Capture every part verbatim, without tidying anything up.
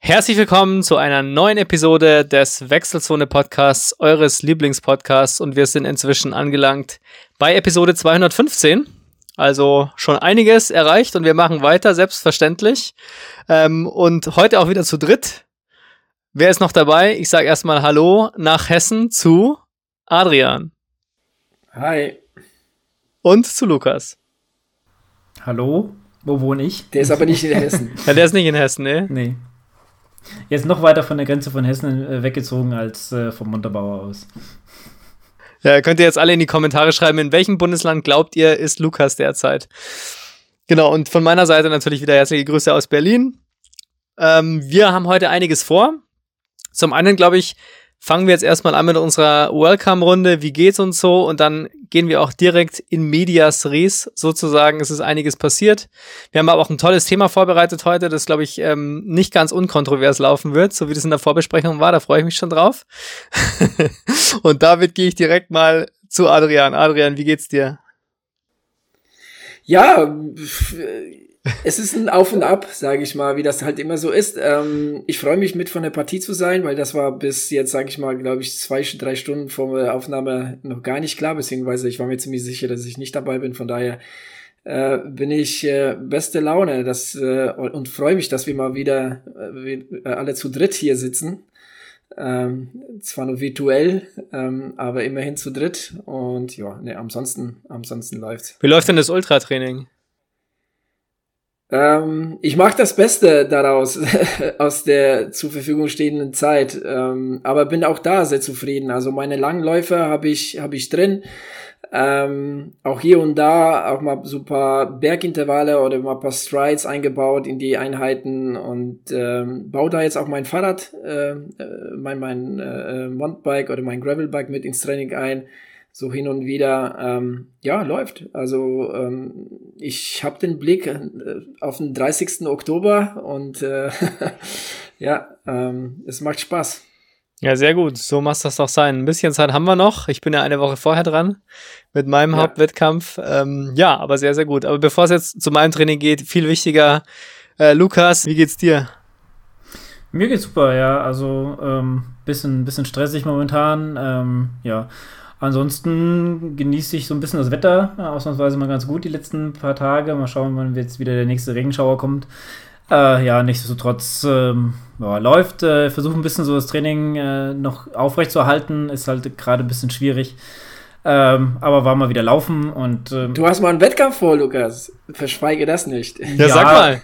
Herzlich willkommen zu einer neuen Episode des Wechselzone-Podcasts, eures Lieblingspodcasts, und wir sind inzwischen angelangt bei Episode zweihundertfünfzehn. Also schon einiges erreicht und wir machen weiter, selbstverständlich. Ähm, und heute auch wieder zu dritt. Wer ist noch dabei? Ich sage erstmal Hallo nach Hessen zu Adrian. Hi. Und zu Lukas. Hallo, wo wohne ich? Der ist aber nicht in Hessen. Ja, der ist nicht in Hessen, ne? Nee. Jetzt noch weiter von der Grenze von Hessen äh, weggezogen als äh, vom Montabaur aus. Ja, könnt ihr jetzt alle in die Kommentare schreiben, in welchem Bundesland glaubt ihr, ist Lukas derzeit? Genau, und von meiner Seite natürlich wieder herzliche Grüße aus Berlin. Ähm, wir haben heute einiges vor. Zum einen, glaube ich, fangen wir jetzt erstmal an mit unserer Welcome-Runde. Wie geht's uns so? Und dann gehen wir auch direkt in medias res, sozusagen. Es ist einiges passiert. Wir haben aber auch ein tolles Thema vorbereitet heute, das, glaube ich, ähm, nicht ganz unkontrovers laufen wird, so wie das in der Vorbesprechung war. Da freue ich mich schon drauf. Und damit gehe ich direkt mal zu Adrian. Adrian, wie geht's dir? Ja, es ist ein Auf und Ab, sage ich mal, wie das halt immer so ist. Ähm, ich freue mich, mit von der Partie zu sein, weil das war bis jetzt, sage ich mal, glaube ich, zwei, drei Stunden vor der Aufnahme noch gar nicht klar, beziehungsweise ich war mir ziemlich sicher, dass ich nicht dabei bin. Von daher äh, bin ich äh, beste Laune das, äh, und freue mich, dass wir mal wieder äh, alle zu dritt hier sitzen. Ähm, zwar nur virtuell, ähm, aber immerhin zu dritt. Und ja, ne, ansonsten, ansonsten läuft's. Wie läuft denn das Ultratraining? Ähm, ich mache das Beste daraus, aus der zur Verfügung stehenden Zeit, ähm, aber bin auch da sehr zufrieden. Also meine Langläufe habe ich, habe ich drin, ähm, auch hier und da auch mal so ein paar Bergintervalle oder mal ein paar Strides eingebaut in die Einheiten und ähm, baue da jetzt auch mein Fahrrad, äh, mein, mein äh, Mountainbike oder mein Gravelbike mit ins Training ein. So hin und wieder, ähm, ja, läuft. Also ähm, ich habe den Blick äh, auf den dreißigsten Oktober und äh, ja, ähm, es macht Spaß. Ja, sehr gut. So muss das doch sein. Ein bisschen Zeit haben wir noch. Ich bin ja eine Woche vorher dran mit meinem ja. Hauptwettkampf. Ähm, ja, aber sehr, sehr gut. Aber bevor es jetzt zu meinem Training geht, viel wichtiger, äh, Lukas, wie geht's dir? Mir geht's super, ja. Also ähm, bisschen, bisschen stressig momentan. Ähm, ja. Ansonsten genieße ich so ein bisschen das Wetter, ja, ausnahmsweise mal ganz gut die letzten paar Tage. Mal schauen, wann jetzt wieder der nächste Regenschauer kommt. Äh, ja, nichtsdestotrotz ähm, ja, läuft. Äh, versuche ein bisschen so das Training äh, noch aufrecht zu erhalten. Ist halt gerade ein bisschen schwierig. Ähm, aber war mal wieder laufen und ähm, Du hast mal einen Wettkampf vor, Lukas. Verschweige das nicht. Ja, ja, sag mal.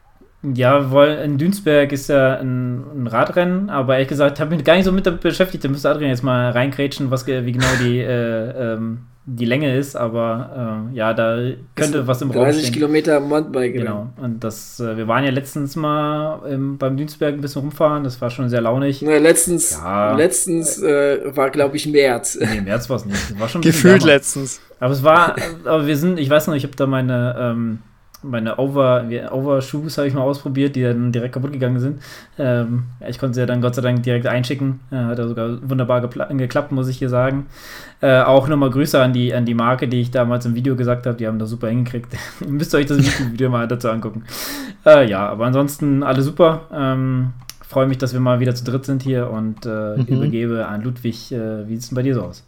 Ja, weil in Dünsberg ist ja ein, ein Radrennen, aber ehrlich gesagt, habe mich gar nicht so mit damit beschäftigt. Da müsste Adrian jetzt mal reingrätschen, was, wie genau die, äh, ähm, die Länge ist, aber äh, ja, da könnte was im Raum stehen. dreißig Kilometer Mountainbike. Genau, und das, äh, wir waren ja letztens mal ähm, beim Dünsberg ein bisschen rumfahren, das war schon sehr launig. Na, letztens ja. letztens äh, war, glaube ich, März. Nee, März war es nicht. Das war schon Gefühlt letztens. Aber es war, aber wir sind, ich weiß noch, ich habe da meine, ähm, meine Over, Overshoes habe ich mal ausprobiert, die dann direkt kaputt gegangen sind. Ähm, ich konnte sie ja dann Gott sei Dank direkt einschicken. Äh, hat ja sogar wunderbar gepla- geklappt, muss ich hier sagen. Äh, auch nochmal Grüße an die, an die Marke, die ich damals im Video gesagt habe. Die haben das super hingekriegt. Ihr müsst euch das Video mal dazu angucken. Äh, ja, aber ansonsten alle super. Ähm, freue mich, dass wir mal wieder zu dritt sind hier und äh, mhm. übergebe an Ludwig. Äh, wie sieht es denn bei dir so aus?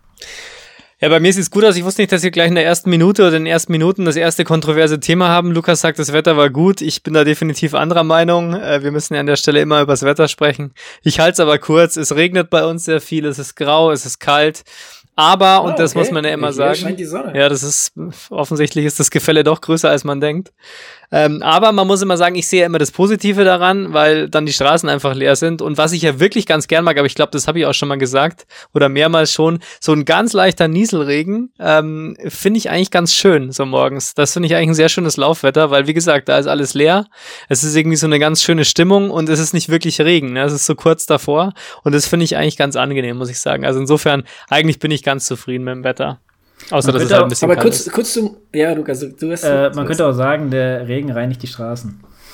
Ja, bei mir sieht es gut aus. Ich wusste nicht, dass wir gleich in der ersten Minute oder in den ersten Minuten das erste kontroverse Thema haben. Lukas sagt, das Wetter war gut. Ich bin da definitiv anderer Meinung. Äh, wir müssen ja an der Stelle immer über das Wetter sprechen. Ich halte es aber kurz. Es regnet bei uns sehr viel. Es ist grau, es ist kalt. Aber, oh, und das okay. muss man ja immer Hier sagen, scheint die Sonne. Ja, das ist, offensichtlich ist das Gefälle doch größer, als man denkt. Ähm, aber man muss immer sagen, ich sehe ja immer das Positive daran, weil dann die Straßen einfach leer sind. Und was ich ja wirklich ganz gern mag, aber ich glaube, das habe ich auch schon mal gesagt oder mehrmals schon, so ein ganz leichter Nieselregen ähm, finde ich eigentlich ganz schön so morgens. Das finde ich eigentlich ein sehr schönes Laufwetter, weil wie gesagt, da ist alles leer. Es ist irgendwie so eine ganz schöne Stimmung und es ist nicht wirklich Regen. Ne? Es ist so kurz davor und das finde ich eigentlich ganz angenehm, muss ich sagen. Also insofern, eigentlich bin ich ganz zufrieden mit dem Wetter. Außer, dass es halt ein bisschen aber kurz, ist. kurz zum, ja, Lukas, du hast, äh, du Man hast. könnte auch sagen, der Regen reinigt die Straßen.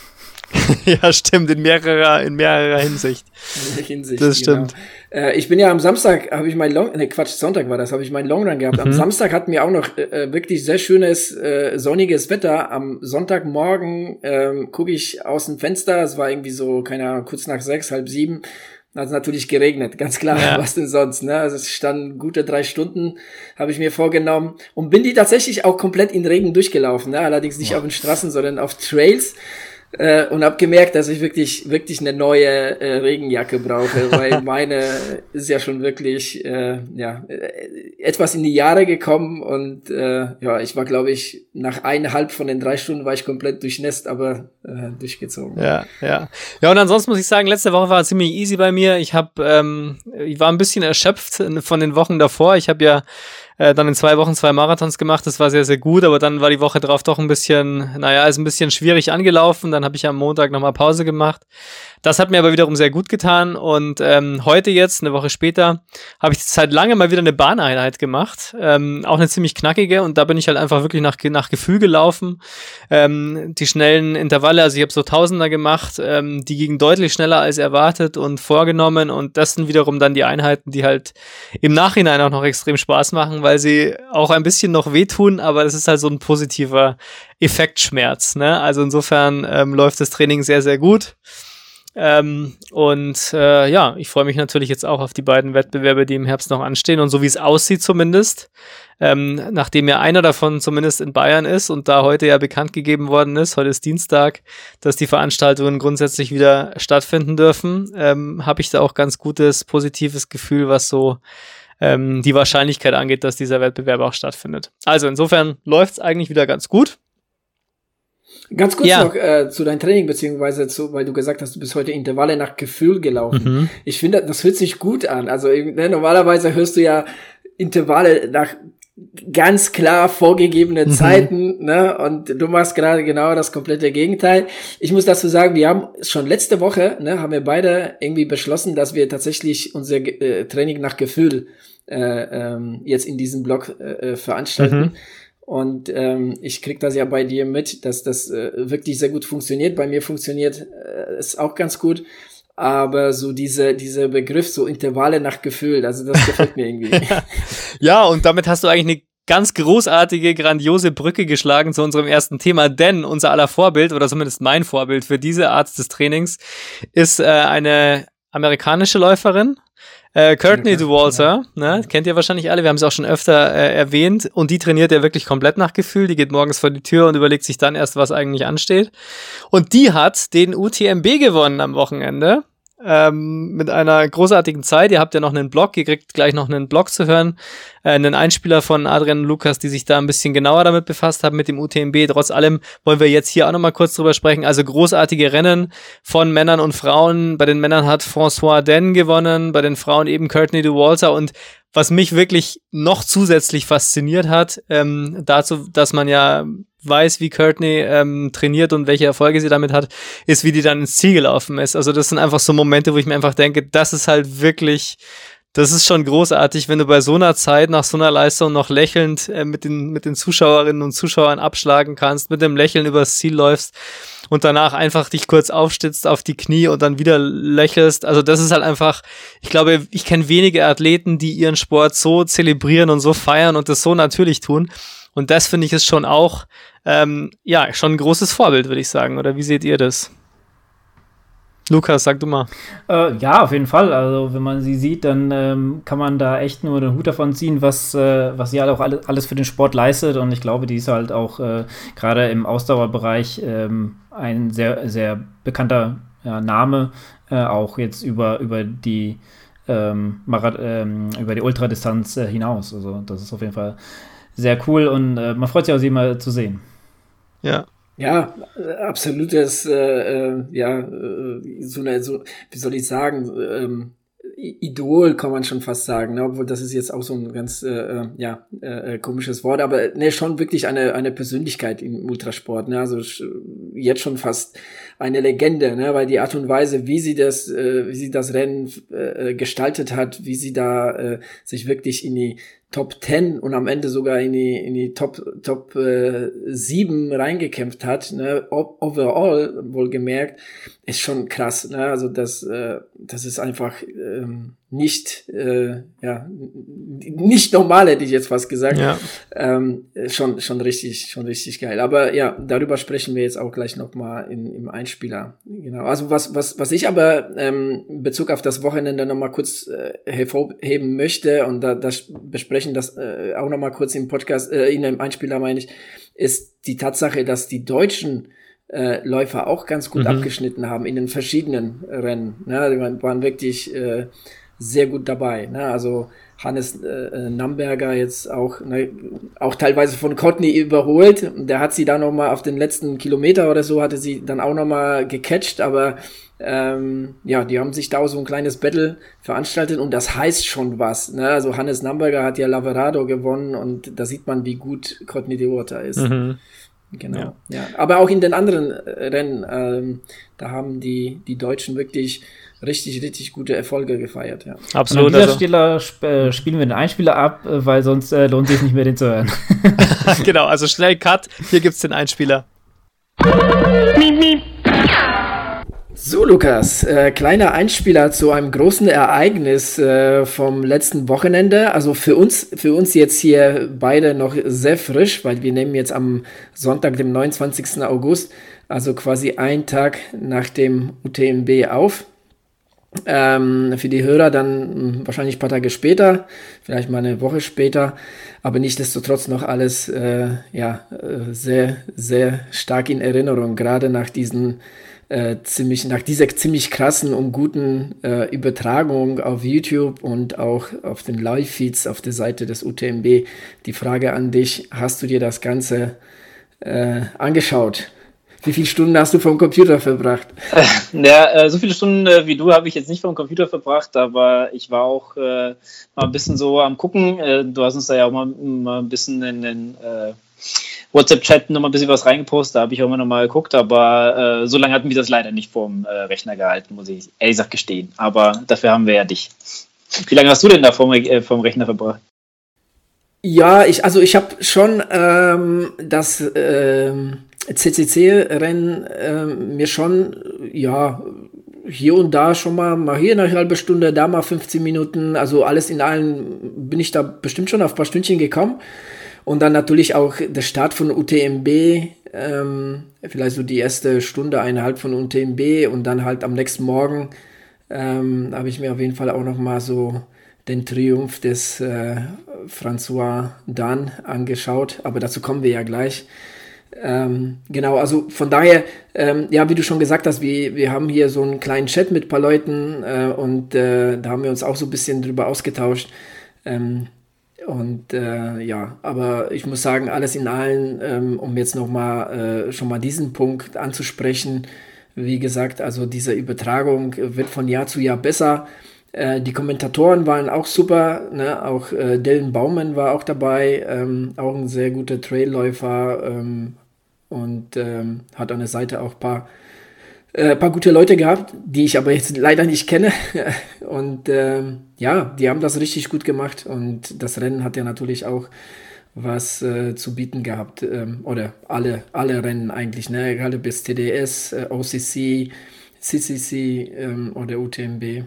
Ja, stimmt, in mehrerer, in mehrerer Hinsicht. In Hinsicht, das stimmt. Genau. Äh, ich bin ja am Samstag, habe ich mein Long, ne Quatsch, Sonntag war das, habe ich meinen Longrun gehabt. Mhm. Am Samstag hatten wir auch noch äh, wirklich sehr schönes, äh, sonniges Wetter. Am Sonntagmorgen ähm, gucke ich aus dem Fenster, es war irgendwie so, keine Ahnung, kurz nach sechs, halb sieben. Hat es natürlich geregnet, ganz klar, ja. Was denn sonst, ne? Also es standen gute drei Stunden, habe ich mir vorgenommen und bin die tatsächlich auch komplett in Regen durchgelaufen, ne? Allerdings nicht oh. auf den Straßen, sondern auf Trails. Äh, und habe gemerkt, dass ich wirklich wirklich eine neue äh, Regenjacke brauche, weil meine ist ja schon wirklich äh, ja äh, etwas in die Jahre gekommen und äh, ja, ich war, glaube ich, nach eineinhalb von den drei Stunden war ich komplett durchnässt, aber äh, durchgezogen. Ja, ja. Ja, und ansonsten muss ich sagen, letzte Woche war ziemlich easy bei mir. Ich habe, ähm, ich war ein bisschen erschöpft von den Wochen davor. Ich habe ja äh, dann in zwei Wochen zwei Marathons gemacht. Das war sehr, sehr gut, aber dann war die Woche drauf doch ein bisschen, naja, ist ein bisschen schwierig angelaufen. Dann habe ich am Montag nochmal Pause gemacht. Das hat mir aber wiederum sehr gut getan und ähm, heute jetzt, eine Woche später, habe ich seit langem mal wieder eine Bahneinheit gemacht, ähm, auch eine ziemlich knackige und da bin ich halt einfach wirklich nach, nach Gefühl gelaufen. Ähm, die schnellen Intervalle, also ich habe so Tausender gemacht, ähm, die gingen deutlich schneller als erwartet und vorgenommen und das sind wiederum dann die Einheiten, die halt im Nachhinein auch noch extrem Spaß machen, weil sie auch ein bisschen noch wehtun, aber das ist halt so ein positiver Effektschmerz, ne? Also insofern ähm, läuft das Training sehr, sehr gut. Ähm, und äh, ja, ich freue mich natürlich jetzt auch auf die beiden Wettbewerbe, die im Herbst noch anstehen und so wie es aussieht zumindest, ähm, nachdem ja einer davon zumindest in Bayern ist und da heute ja bekannt gegeben worden ist, heute ist Dienstag, dass die Veranstaltungen grundsätzlich wieder stattfinden dürfen, ähm, habe ich da auch ganz gutes, positives Gefühl, was so ähm, die Wahrscheinlichkeit angeht, dass dieser Wettbewerb auch stattfindet. Also insofern läuft es eigentlich wieder ganz gut. Ganz kurz ja. noch äh, zu deinem Training, beziehungsweise zu, weil du gesagt hast, du bist heute Intervalle nach Gefühl gelaufen. Mhm. Ich finde, das hört sich gut an. Also ne, normalerweise hörst du ja Intervalle nach ganz klar vorgegebenen mhm. Zeiten, ne? Und du machst gerade genau das komplette Gegenteil. Ich muss dazu sagen, wir haben schon letzte Woche, ne, haben wir beide irgendwie beschlossen, dass wir tatsächlich unser äh, Training nach Gefühl äh, ähm, jetzt in diesem Blog äh, veranstalten. Mhm. Und ähm, ich krieg das ja bei dir mit, dass das äh, wirklich sehr gut funktioniert. Bei mir funktioniert äh, es auch ganz gut. Aber so diese diese Begriff, so Intervalle nach Gefühl, also das gefällt mir irgendwie. Ja, und damit hast du eigentlich eine ganz großartige, grandiose Brücke geschlagen zu unserem ersten Thema, denn unser aller Vorbild, oder zumindest mein Vorbild für diese Art des Trainings, ist äh, eine amerikanische Läuferin, Äh, Courtney Dauwalter, ne, kennt ihr wahrscheinlich alle, wir haben es auch schon öfter äh, erwähnt und die trainiert ja wirklich komplett nach Gefühl, die geht morgens vor die Tür und überlegt sich dann erst, was eigentlich ansteht und die hat den U T M B gewonnen am Wochenende ähm, mit einer großartigen Zeit. Ihr habt ja noch einen Blog, ihr kriegt gleich noch einen Blog zu hören, äh, einen Einspieler von Adrian und Lukas, die sich da ein bisschen genauer damit befasst haben mit dem U T M B. Trotz allem wollen wir jetzt hier auch nochmal kurz drüber sprechen. Also großartige Rennen von Männern und Frauen. Bei den Männern hat François Den gewonnen, bei den Frauen eben Courtney Dauwalter und was mich wirklich noch zusätzlich fasziniert hat, ähm, dazu, dass man ja weiß, wie Courtney ähm, trainiert und welche Erfolge sie damit hat, ist, wie die dann ins Ziel gelaufen ist. Also das sind einfach so Momente, wo ich mir einfach denke, das ist halt wirklich, das ist schon großartig, wenn du bei so einer Zeit, nach so einer Leistung noch lächelnd äh, mit den mit den Zuschauerinnen und Zuschauern abschlagen kannst, mit dem Lächeln übers Ziel läufst und danach einfach dich kurz aufstützt auf die Knie und dann wieder lächelst. Also das ist halt einfach, ich glaube, ich kenne wenige Athleten, die ihren Sport so zelebrieren und so feiern und das so natürlich tun. Und das finde ich ist schon auch, ähm, ja, schon ein großes Vorbild, würde ich sagen. Oder wie seht ihr das? Lukas, sag du mal. Äh, ja, auf jeden Fall. Also wenn man sie sieht, dann ähm, kann man da echt nur den Hut davon ziehen, was, äh, was sie halt auch alle, alles für den Sport leistet. Und ich glaube, die ist halt auch äh, gerade im Ausdauerbereich ähm, ein sehr, sehr bekannter ja, Name, äh, auch jetzt über, über die ähm, Marath- ähm, über die Ultradistanz äh, hinaus. Also das ist auf jeden Fall sehr cool und äh, man freut sich auch, sie mal zu sehen. Ja. Ja, absolutes, äh, äh, ja, äh, so eine, so, wie soll ich sagen, ähm, Idol kann man schon fast sagen, ne? Obwohl das ist jetzt auch so ein ganz, äh, ja, äh, komisches Wort, aber ne, schon wirklich eine eine Persönlichkeit im Ultrasport, ne? Also jetzt schon fast eine Legende, ne? Weil die Art und Weise, wie sie das, äh, wie sie das Rennen äh, gestaltet hat, wie sie da äh, sich wirklich in die Top zehn und am Ende sogar in die, in die Top, Top äh, sieben reingekämpft hat, ne, overall, wohlgemerkt, ist schon krass, ne, also das, äh, das ist einfach ähm, nicht, äh, ja, nicht normal, hätte ich jetzt fast gesagt, ja. ähm, schon, schon richtig, schon richtig geil, aber ja, darüber sprechen wir jetzt auch gleich nochmal im Einspieler, genau, also was, was, was ich aber ähm, in Bezug auf das Wochenende nochmal kurz äh, hervorheben möchte und da, das besprechen das äh, auch nochmal kurz im Podcast, äh, in einem Einspieler meine ich, ist die Tatsache, dass die deutschen äh, Läufer auch ganz gut mhm. abgeschnitten haben in den verschiedenen Rennen. Ne? Die waren wirklich äh, sehr gut dabei. Ne? Also Hannes äh, Namberger jetzt auch, ne, auch teilweise von Courtney überholt. Der hat sie dann nochmal auf den letzten Kilometer oder so, hatte sie dann auch nochmal gecatcht, aber ähm, ja, die haben sich da auch so ein kleines Battle veranstaltet und das heißt schon was. Ne? Also Hannes Namberger hat ja Laverado gewonnen und da sieht man, wie gut Courtney Dauwalter ist. Mhm. Genau. Ja. ja. Aber auch in den anderen Rennen, ähm, da haben die, die Deutschen wirklich richtig, richtig gute Erfolge gefeiert. Ja. Absolut. Und an dieser Stelle sp- äh, spielen wir den Einspieler ab, weil sonst äh, lohnt sich nicht mehr, den zu hören. Genau, also schnell Cut. Hier gibt's den Einspieler. So, Lukas, äh, kleiner Einspieler zu einem großen Ereignis äh, vom letzten Wochenende. Also für uns, für uns jetzt hier beide noch sehr frisch, weil wir nehmen jetzt am Sonntag, dem neunundzwanzigsten August, also quasi einen Tag nach dem U T M B auf. Ähm, für die Hörer dann mh, wahrscheinlich ein paar Tage später, vielleicht mal eine Woche später, aber nichtsdestotrotz noch alles äh, ja äh, sehr, sehr stark in Erinnerung, gerade nach diesen Äh, ziemlich nach dieser ziemlich krassen und guten äh, Übertragung auf YouTube und auch auf den Live-Feeds auf der Seite des U T M B. Die Frage an dich, hast du dir das Ganze äh, angeschaut? Wie viele Stunden hast du vom Computer verbracht? Ja, äh, so viele Stunden äh, wie du habe ich jetzt nicht vom Computer verbracht, aber ich war auch äh, mal ein bisschen so am Gucken. Äh, du hast uns da ja auch mal, mal ein bisschen in den äh, WhatsApp-Chat noch mal ein bisschen was reingepostet, da habe ich auch immer noch mal geguckt, aber äh, so lange hat mich das leider nicht vorm äh, Rechner gehalten, muss ich ehrlich gesagt gestehen. Aber dafür haben wir ja dich. Wie lange hast du denn da vorm, äh, vorm Rechner verbracht? Ja, ich also ich habe schon ähm, das ähm, C C C-Rennen ähm, mir schon, ja, hier und da schon mal, mal hier eine halbe Stunde, da mal fünfzehn Minuten, also alles in allem bin ich da bestimmt schon auf ein paar Stündchen gekommen. Und dann natürlich auch der Start von U T M B, ähm, vielleicht so die erste Stunde, eineinhalb von U T M B und dann halt am nächsten Morgen ähm, habe ich mir auf jeden Fall auch nochmal so den Triumph des äh, François Dan angeschaut, aber dazu kommen wir ja gleich. Ähm, genau, also von daher, ähm, ja, wie du schon gesagt hast, wir, wir haben hier so einen kleinen Chat mit ein paar Leuten äh, und äh, da haben wir uns auch so ein bisschen drüber ausgetauscht. Ähm, Und äh, ja, aber ich muss sagen, alles in allem, ähm, um jetzt nochmal äh, schon mal diesen Punkt anzusprechen, wie gesagt, also diese Übertragung wird von Jahr zu Jahr besser. Äh, die Kommentatoren waren auch super, ne? Auch äh, Dylan Baumann war auch dabei, ähm, auch ein sehr guter Trailläufer ähm, und ähm, hat an der Seite auch ein paar Ein äh, paar gute Leute gehabt, die ich aber jetzt leider nicht kenne. Und ähm, ja, die haben das richtig gut gemacht. Und das Rennen hat ja natürlich auch was äh, zu bieten gehabt. Ähm, oder alle, alle Rennen eigentlich, ne? Gerade bis T D S, äh, O C C, C C C ähm, oder U T M B.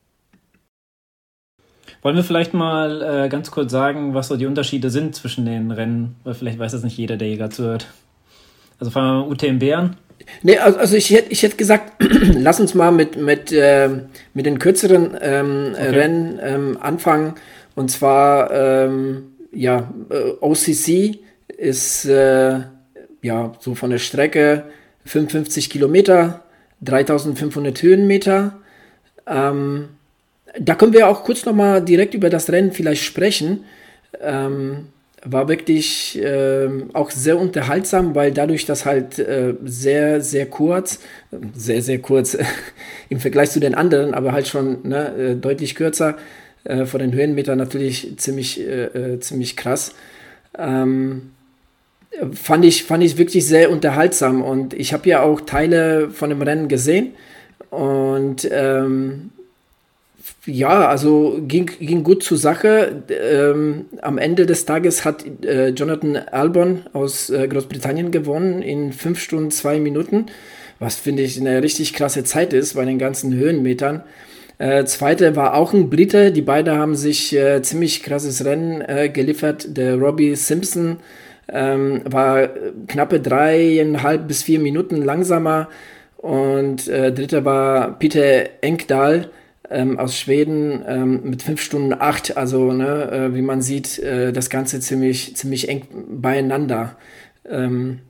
Wollen wir vielleicht mal äh, ganz kurz sagen, was so die Unterschiede sind zwischen den Rennen? Weil vielleicht weiß das nicht jeder, der hier gerade zuhört. Also fangen wir mit U T M B an. Nee, also ich hätte ich hätte gesagt, lass uns mal mit mit äh, mit den kürzeren ähm, okay. Rennen ähm, anfangen. Und zwar ähm, ja äh, O C C ist äh, ja so von der Strecke fünfundfünfzig Kilometer, dreitausendfünfhundert Höhenmeter. Ähm, da können wir auch kurz noch mal direkt über das Rennen vielleicht sprechen. Ähm, War wirklich äh, auch sehr unterhaltsam, weil dadurch, dass halt äh, sehr, sehr kurz, sehr, sehr kurz im Vergleich zu den anderen, aber halt schon ne, äh, deutlich kürzer, äh, von den Höhenmetern natürlich ziemlich, äh, äh, ziemlich krass. Ähm, fand ich, fand ich wirklich sehr unterhaltsam und ich habe ja auch Teile von dem Rennen gesehen und ähm, Ja, also ging, ging gut zur Sache. Ähm, am Ende des Tages hat äh, Jonathan Albon aus äh, Großbritannien gewonnen in fünf Stunden, zwei Minuten, was finde ich eine richtig krasse Zeit ist bei den ganzen Höhenmetern. Äh, Zweite war auch ein Brite, die beiden haben sich äh, ziemlich krasses Rennen äh, geliefert. Der Robbie Simpson ähm, war knappe dreieinhalb bis vier Minuten langsamer und äh, Dritter war Peter Engdahl ähm, aus Schweden ähm, mit fünf Stunden acht. Also ne, äh, wie man sieht, äh, das Ganze ziemlich, ziemlich eng beieinander. Ähm,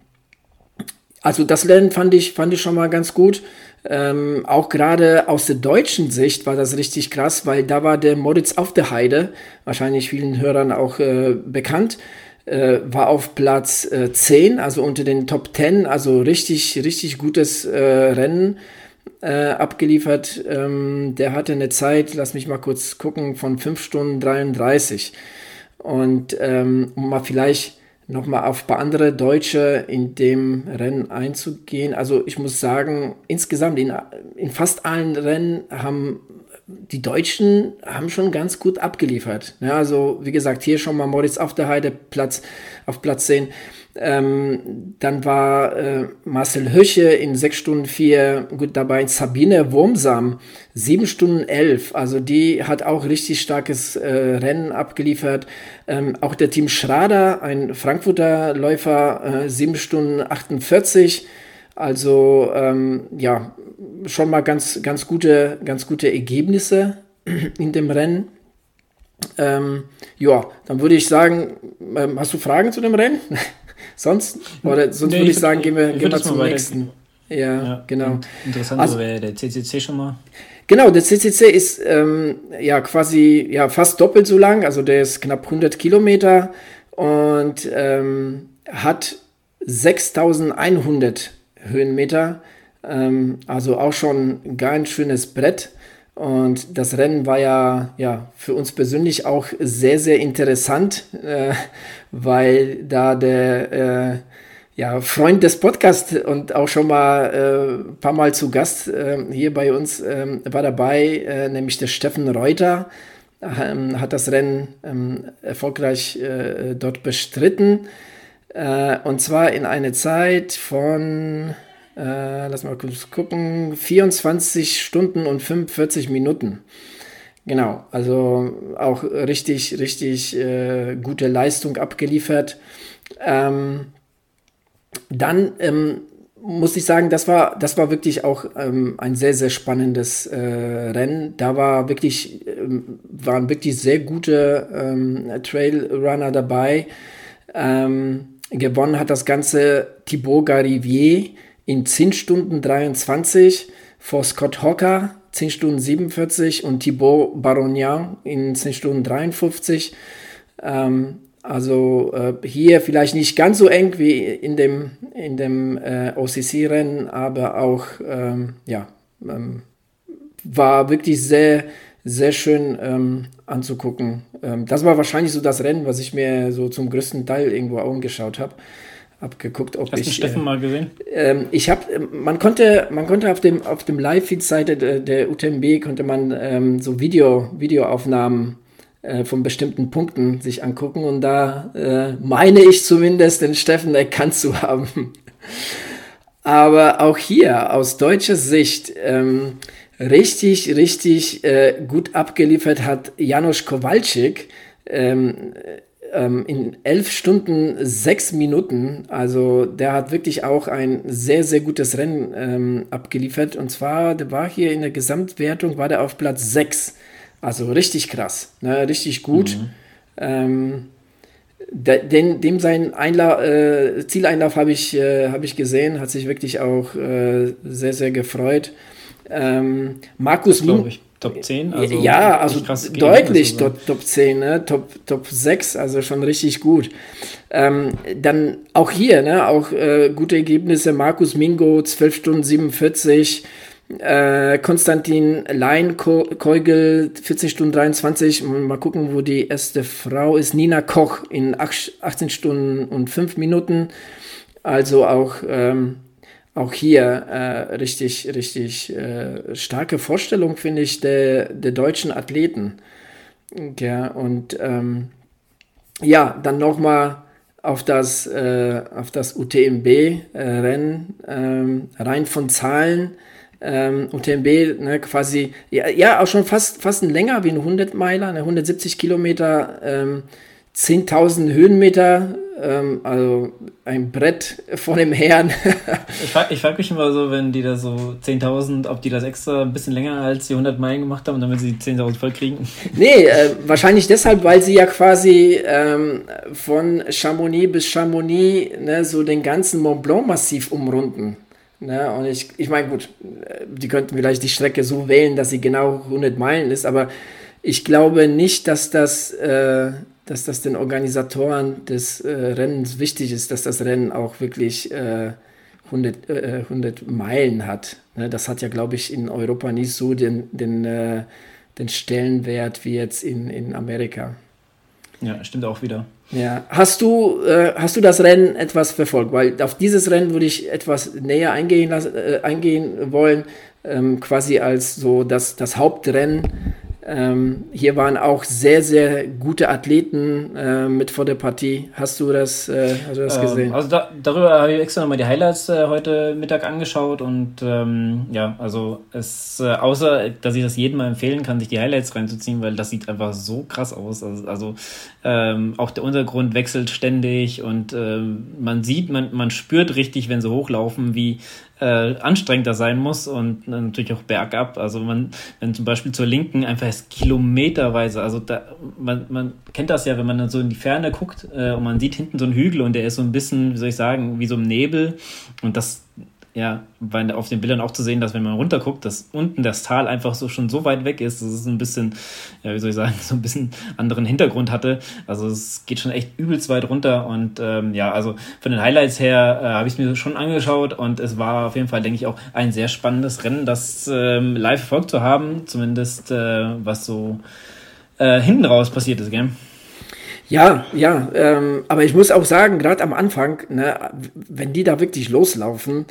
also das Rennen fand ich, fand ich schon mal ganz gut. Ähm, auch gerade aus der deutschen Sicht war das richtig krass, weil da war der Moritz auf der Heide, wahrscheinlich vielen Hörern auch äh, bekannt, äh, war auf Platz äh, zehn, also unter den Top zehn, also richtig, richtig gutes äh, Rennen äh, abgeliefert. Ähm, der hatte eine Zeit, lass mich mal kurz gucken, von fünf Stunden dreiunddreißig. Und ähm, um mal vielleicht nochmal auf ein paar andere Deutsche in dem Rennen einzugehen. Also ich muss sagen, insgesamt in, in fast allen Rennen haben die Deutschen haben schon ganz gut abgeliefert. Ja, also wie gesagt, hier schon mal Moritz auf der Heide Platz, auf Platz zehn. Ähm, dann war äh, Marcel Höche in sechs Stunden vier gut dabei. Sabine Wurmsam sieben Stunden elf. Also die hat auch richtig starkes äh, Rennen abgeliefert. Ähm, auch der Team Schrader, ein Frankfurter Läufer, äh, sieben Stunden achtundvierzig. Also ähm, ja, schon mal ganz, ganz gute, ganz gute Ergebnisse in dem Rennen. Ähm, ja, dann würde ich sagen, ähm, hast du Fragen zu dem Rennen? Sonst? Oder sonst nee, würde ich, ich sagen, gehen wir, gehen wir zum nächsten. Ja, ja, genau. Interessant, also, wäre der C C C schon mal. Genau, der C C C ist ähm, ja quasi ja, fast doppelt so lang, also der ist knapp hundert Kilometer und ähm, hat sechstausendeinhundert Höhenmeter, ähm, also auch schon ein ganz schönes Brett. Und das Rennen war ja, ja für uns persönlich auch sehr, sehr interessant, äh, weil da der äh, ja, Freund des Podcasts und auch schon mal äh, ein paar Mal zu Gast äh, hier bei uns äh, war dabei, äh, nämlich der Steffen Reuter, äh, hat das Rennen äh, erfolgreich äh, dort bestritten. Äh, und zwar in eine Zeit von... Äh, lass mal kurz gucken, vierundzwanzig Stunden und fünfundvierzig Minuten. Genau, also auch richtig, richtig äh, gute Leistung abgeliefert. Ähm, dann ähm, muss ich sagen, das war, das war wirklich auch ähm, ein sehr, sehr spannendes äh, Rennen. Da war wirklich, ähm, waren wirklich sehr gute ähm, Trailrunner dabei. Ähm, gewonnen hat das Ganze Thibaut Garivier in zehn Stunden dreiundzwanzig, vor Scott Hocker zehn Stunden siebenundvierzig und Thibaut Barognan in zehn Stunden dreiundfünfzig. Ähm, also äh, hier vielleicht nicht ganz so eng wie in dem, in dem äh, O C C-Rennen, aber auch ähm, ja, ähm, war wirklich sehr, sehr schön ähm, anzugucken. Ähm, das war wahrscheinlich so das Rennen, was ich mir so zum größten Teil irgendwo angeschaut habe. Abgeguckt, ob Hast ich. Hast du Steffen äh, mal gesehen? Ähm, ich habe, man konnte, man konnte auf dem auf dem Live-Feed-Seite der, der U T M B konnte man ähm, so Video Videoaufnahmen äh, von bestimmten Punkten sich angucken und da äh, meine ich zumindest den Steffen erkannt zu haben. Aber auch hier aus deutscher Sicht ähm, richtig richtig äh, gut abgeliefert hat Janusz Kowalczyk. Ähm, in elf Stunden, sechs Minuten, also der hat wirklich auch ein sehr, sehr gutes Rennen ähm, abgeliefert und zwar, der war hier in der Gesamtwertung, war der auf Platz sechs, also richtig krass, ne? Richtig gut. Mhm. Ähm, de, den, dem sein Einla- äh, Zieleinlauf habe ich, äh, hab ich gesehen, hat sich wirklich auch äh, sehr, sehr gefreut. Ähm, Markus Min- Top zehn? Also ja, also deutlich Top, Top zehn, ne? Top, Top sechs, also schon richtig gut. Ähm, dann auch hier, ne? Auch äh, gute Ergebnisse. Markus Mingo, zwölf Stunden siebenundvierzig. Äh, Konstantin Leinkeugel, vierzehn Stunden dreiundzwanzig. Mal gucken, wo die erste Frau ist. Nina Koch in achtzehn Stunden und fünf Minuten. Also auch, ähm, auch hier äh, richtig, richtig äh, starke Vorstellung, finde ich, der, der deutschen Athleten. Ja, und ähm, ja, dann nochmal auf das, äh, auf das U T M B-Rennen, äh, ähm, rein von Zahlen. Ähm, U T M B, ne, quasi, ja, ja, auch schon fast, fast ein länger wie ein hundert-Meiler, ne, hundertsiebzig Kilometer, ähm, zehntausend Höhenmeter, ähm, also ein Brett von dem Herrn. ich frage ich frag mich immer so, wenn die da so zehntausend, ob die das extra ein bisschen länger als die hundert Meilen gemacht haben, damit sie die zehntausend voll kriegen. Nee, äh, wahrscheinlich deshalb, weil sie ja quasi ähm, von Chamonix bis Chamonix, ne, so den ganzen Mont Blanc-Massiv umrunden. Ne, und ich, ich meine, gut, die könnten vielleicht die Strecke so wählen, dass sie genau hundert Meilen ist, aber ich glaube nicht, dass das, äh, dass das den Organisatoren des äh, Rennens wichtig ist, dass das Rennen auch wirklich äh, hundert, äh, hundert Meilen hat. Ne, das hat ja, glaube ich, in Europa nicht so den, den, äh, den Stellenwert wie jetzt in, in Amerika. Ja, stimmt auch wieder. Ja, hast du, äh, hast du das Rennen etwas verfolgt? Weil auf dieses Rennen würde ich etwas näher eingehen, lassen, äh, eingehen wollen, ähm, quasi als so das, das Hauptrennen. Ähm, hier waren auch sehr, sehr gute Athleten äh, mit vor der Partie. Hast du das, äh, hast du das ähm, gesehen? Also da, darüber habe ich extra nochmal die Highlights äh, heute Mittag angeschaut und ähm, ja, also es, äh, außer, dass ich das jedem mal empfehlen kann, sich die Highlights reinzuziehen, weil das sieht einfach so krass aus. Also, also ähm, auch der Untergrund wechselt ständig und ähm, man sieht, man, man spürt richtig, wenn sie hochlaufen, wie Äh, anstrengender sein muss und äh, natürlich auch bergab. Also man, wenn zum Beispiel zur Linken einfach ist kilometerweise, also da, man, man kennt das ja, wenn man dann so in die Ferne guckt äh, und man sieht hinten so einen Hügel und der ist so ein bisschen, wie soll ich sagen, wie so im Nebel und das, ja, weil auf den Bildern auch zu sehen, dass wenn man runterguckt, dass unten das Tal einfach so schon so weit weg ist, dass es ein bisschen, ja, wie soll ich sagen, so ein bisschen anderen Hintergrund hatte. Also es geht schon echt übelst weit runter und ähm, ja, also von den Highlights her äh, habe ich es mir schon angeschaut und es war auf jeden Fall, denke ich, auch ein sehr spannendes Rennen, das ähm, live verfolgt zu haben, zumindest äh, was so äh, hinten raus passiert ist, gell? Ja, ja, ähm, aber ich muss auch sagen, gerade am Anfang, ne, wenn die da wirklich loslaufen,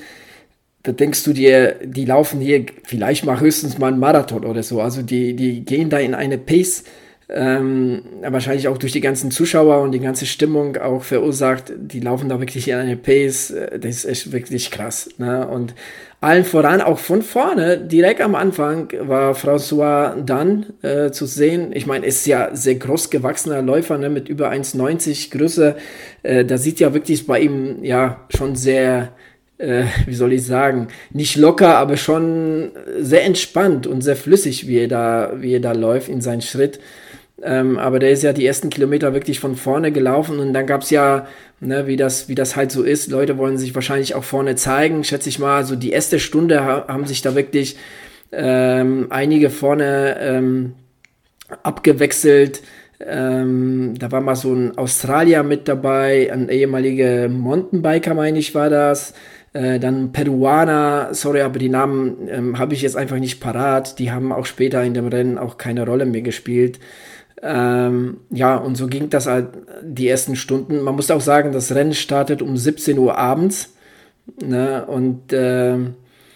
da denkst du dir, die laufen hier vielleicht mal höchstens mal einen Marathon oder so. Also die, die gehen da in eine Pace, ähm, wahrscheinlich auch durch die ganzen Zuschauer und die ganze Stimmung auch verursacht. Die laufen da wirklich in eine Pace, das ist echt wirklich krass. Ne? Und allen voran, auch von vorne, direkt am Anfang war François Dann äh, zu sehen. Ich meine, ist ja sehr groß gewachsener Läufer, ne, mit über eins neunzig Größe. Äh, da sieht ja wirklich bei ihm ja schon sehr, äh, wie soll ich sagen, nicht locker, aber schon sehr entspannt und sehr flüssig, wie er da, wie er da läuft in seinen Schritt. Ähm, aber der ist ja die ersten Kilometer wirklich von vorne gelaufen und dann gab's ja, ne, wie das, wie das halt so ist, Leute wollen sich wahrscheinlich auch vorne zeigen, schätze ich mal, so die erste Stunde ha- haben sich da wirklich ähm, einige vorne ähm, abgewechselt. Ähm, da war mal so ein Australier mit dabei, ein ehemaliger Mountainbiker, meine ich, war das. Äh, dann Peruaner, sorry, aber die Namen ähm, habe ich jetzt einfach nicht parat. Die haben auch später in dem Rennen auch keine Rolle mehr gespielt. Ähm, ja, und so ging das halt die ersten Stunden. Man muss auch sagen, das Rennen startet um siebzehn Uhr abends. Ne? Und ähm,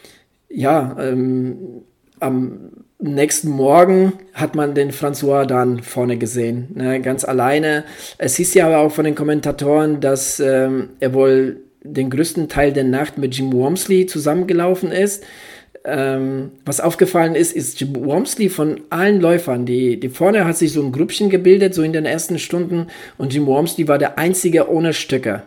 ja, ähm, am nächsten Morgen hat man den François dann vorne gesehen, ne? Ganz alleine. Es hieß ja aber auch von den Kommentatoren, dass ähm, er wohl den größten Teil der Nacht mit Jim Walmsley zusammengelaufen ist. Ähm, was aufgefallen ist, ist Jim Walmsley von allen Läufern, die, die vorne hat sich so ein Grüppchen gebildet, so in den ersten Stunden, und Jim Walmsley war der einzige ohne Stöcke.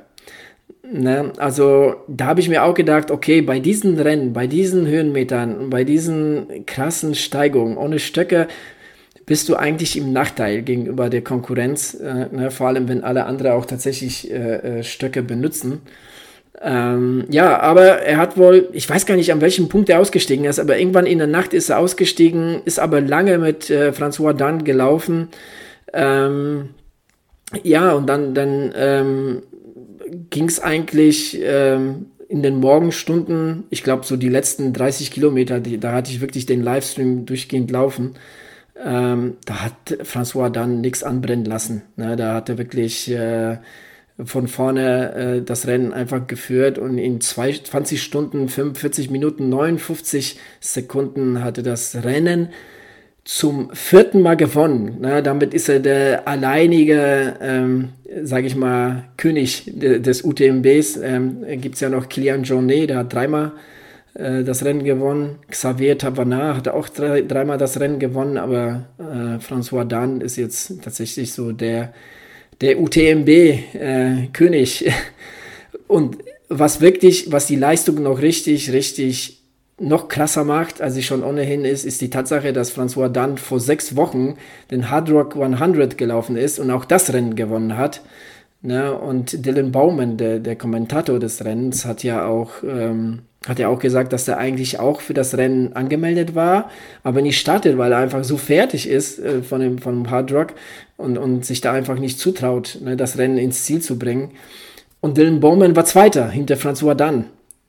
Ne? Also da habe ich mir auch gedacht, okay, bei diesen Rennen, bei diesen Höhenmetern, bei diesen krassen Steigungen ohne Stöcke bist du eigentlich im Nachteil gegenüber der Konkurrenz, äh, ne? Vor allem wenn alle anderen auch tatsächlich äh, Stöcke benutzen. Ähm, ja, aber er hat wohl, ich weiß gar nicht, an welchem Punkt er ausgestiegen ist, aber irgendwann in der Nacht ist er ausgestiegen, ist aber lange mit äh, François Dann gelaufen. Ähm, ja, und dann, dann ähm, ging es eigentlich ähm, in den Morgenstunden, ich glaube so die letzten dreißig Kilometer, die, da hatte ich wirklich den Livestream durchgehend laufen. Ähm, da hat François Dann nichts anbrennen lassen. Ne? Da hat er wirklich äh, von vorne äh, das Rennen einfach geführt und in zwanzig Stunden, fünfundvierzig Minuten, neunundfünfzig Sekunden hatte das Rennen zum vierten Mal gewonnen. Ne? Damit ist er der alleinige, ähm, sage ich mal, König de, des U T M Bs. Ähm, Gibt es ja noch Kilian Jornet, der hat dreimal äh, das Rennen gewonnen. Xavier Tavanard hat auch drei, dreimal das Rennen gewonnen, aber äh, François Dain ist jetzt tatsächlich so der, der U T M B-König. Äh, Und was wirklich, was die Leistung noch richtig, richtig noch krasser macht, als sie schon ohnehin ist, ist die Tatsache, dass François Dain vor sechs Wochen den Hard Rock hundert gelaufen ist und auch das Rennen gewonnen hat. Ne? Und Dylan Bowman, der, der Kommentator des Rennens, hat ja auch ähm, hat ja auch gesagt, dass er eigentlich auch für das Rennen angemeldet war, aber nicht startet, weil er einfach so fertig ist äh, von dem vom Hard Rock und, und sich da einfach nicht zutraut, ne, das Rennen ins Ziel zu bringen. Und Dylan Bowman war Zweiter hinter François Dain.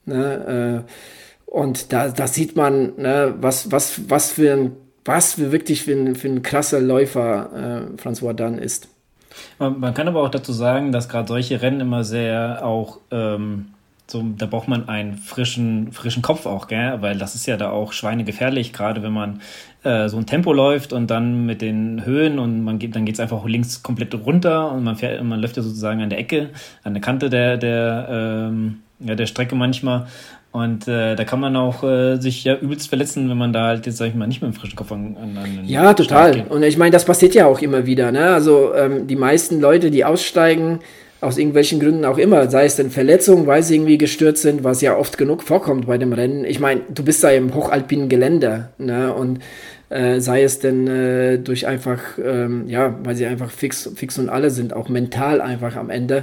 Ne? Äh, Und da, da sieht man, ne, was, was, was für ein, was für wirklich für ein, für ein krasser Läufer äh, François Dain ist. Man, man kann aber auch dazu sagen, dass gerade solche Rennen immer sehr auch, ähm, so, da braucht man einen frischen, frischen Kopf auch, gell? Weil das ist ja da auch schweinegefährlich, gerade wenn man äh, so ein Tempo läuft und dann mit den Höhen und man geht, dann geht es einfach links komplett runter und man fährt, man läuft ja sozusagen an der Ecke, an der Kante der, der, ähm, ja, der Strecke manchmal. Und äh, da kann man auch äh, sich ja übelst verletzen, wenn man da halt jetzt, sag ich mal, nicht mit dem frischen Kopf an, an, an den Ja, total. geht. Und ich meine, das passiert ja auch immer wieder. Ne? Also ähm, die meisten Leute, die aussteigen, aus irgendwelchen Gründen auch immer, sei es denn Verletzungen, weil sie irgendwie gestürzt sind, was ja oft genug vorkommt bei dem Rennen. Ich meine, du bist da im hochalpinen Gelände, ne? Und äh, sei es denn äh, durch einfach, ähm, ja, weil sie einfach fix, fix und alle sind, auch mental einfach am Ende.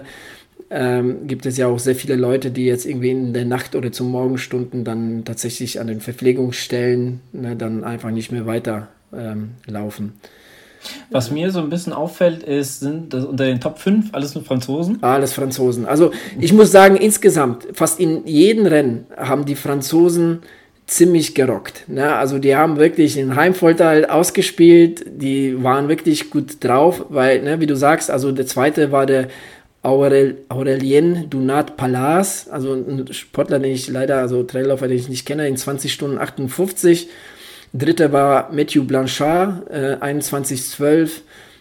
Ähm, gibt es ja auch sehr viele Leute, die jetzt irgendwie in der Nacht oder zu Morgenstunden dann tatsächlich an den Verpflegungsstellen ne, dann einfach nicht mehr weiter ähm, laufen. Was mir so ein bisschen auffällt, ist, sind das unter den Top fünf alles nur Franzosen? Alles Franzosen. Also ich muss sagen, insgesamt, fast in jedem Rennen haben die Franzosen ziemlich gerockt. Ne? Also die haben wirklich den Heimvorteil ausgespielt, die waren wirklich gut drauf, weil, ne, wie du sagst, also der zweite war der Aurel, Aurelien Dunat-Pallas, also ein Sportler, den ich leider, also Trailläufer, den ich nicht kenne, in zwanzig Stunden achtundfünfzig. Dritter war Mathieu Blanchard, äh, einundzwanzig zwölf.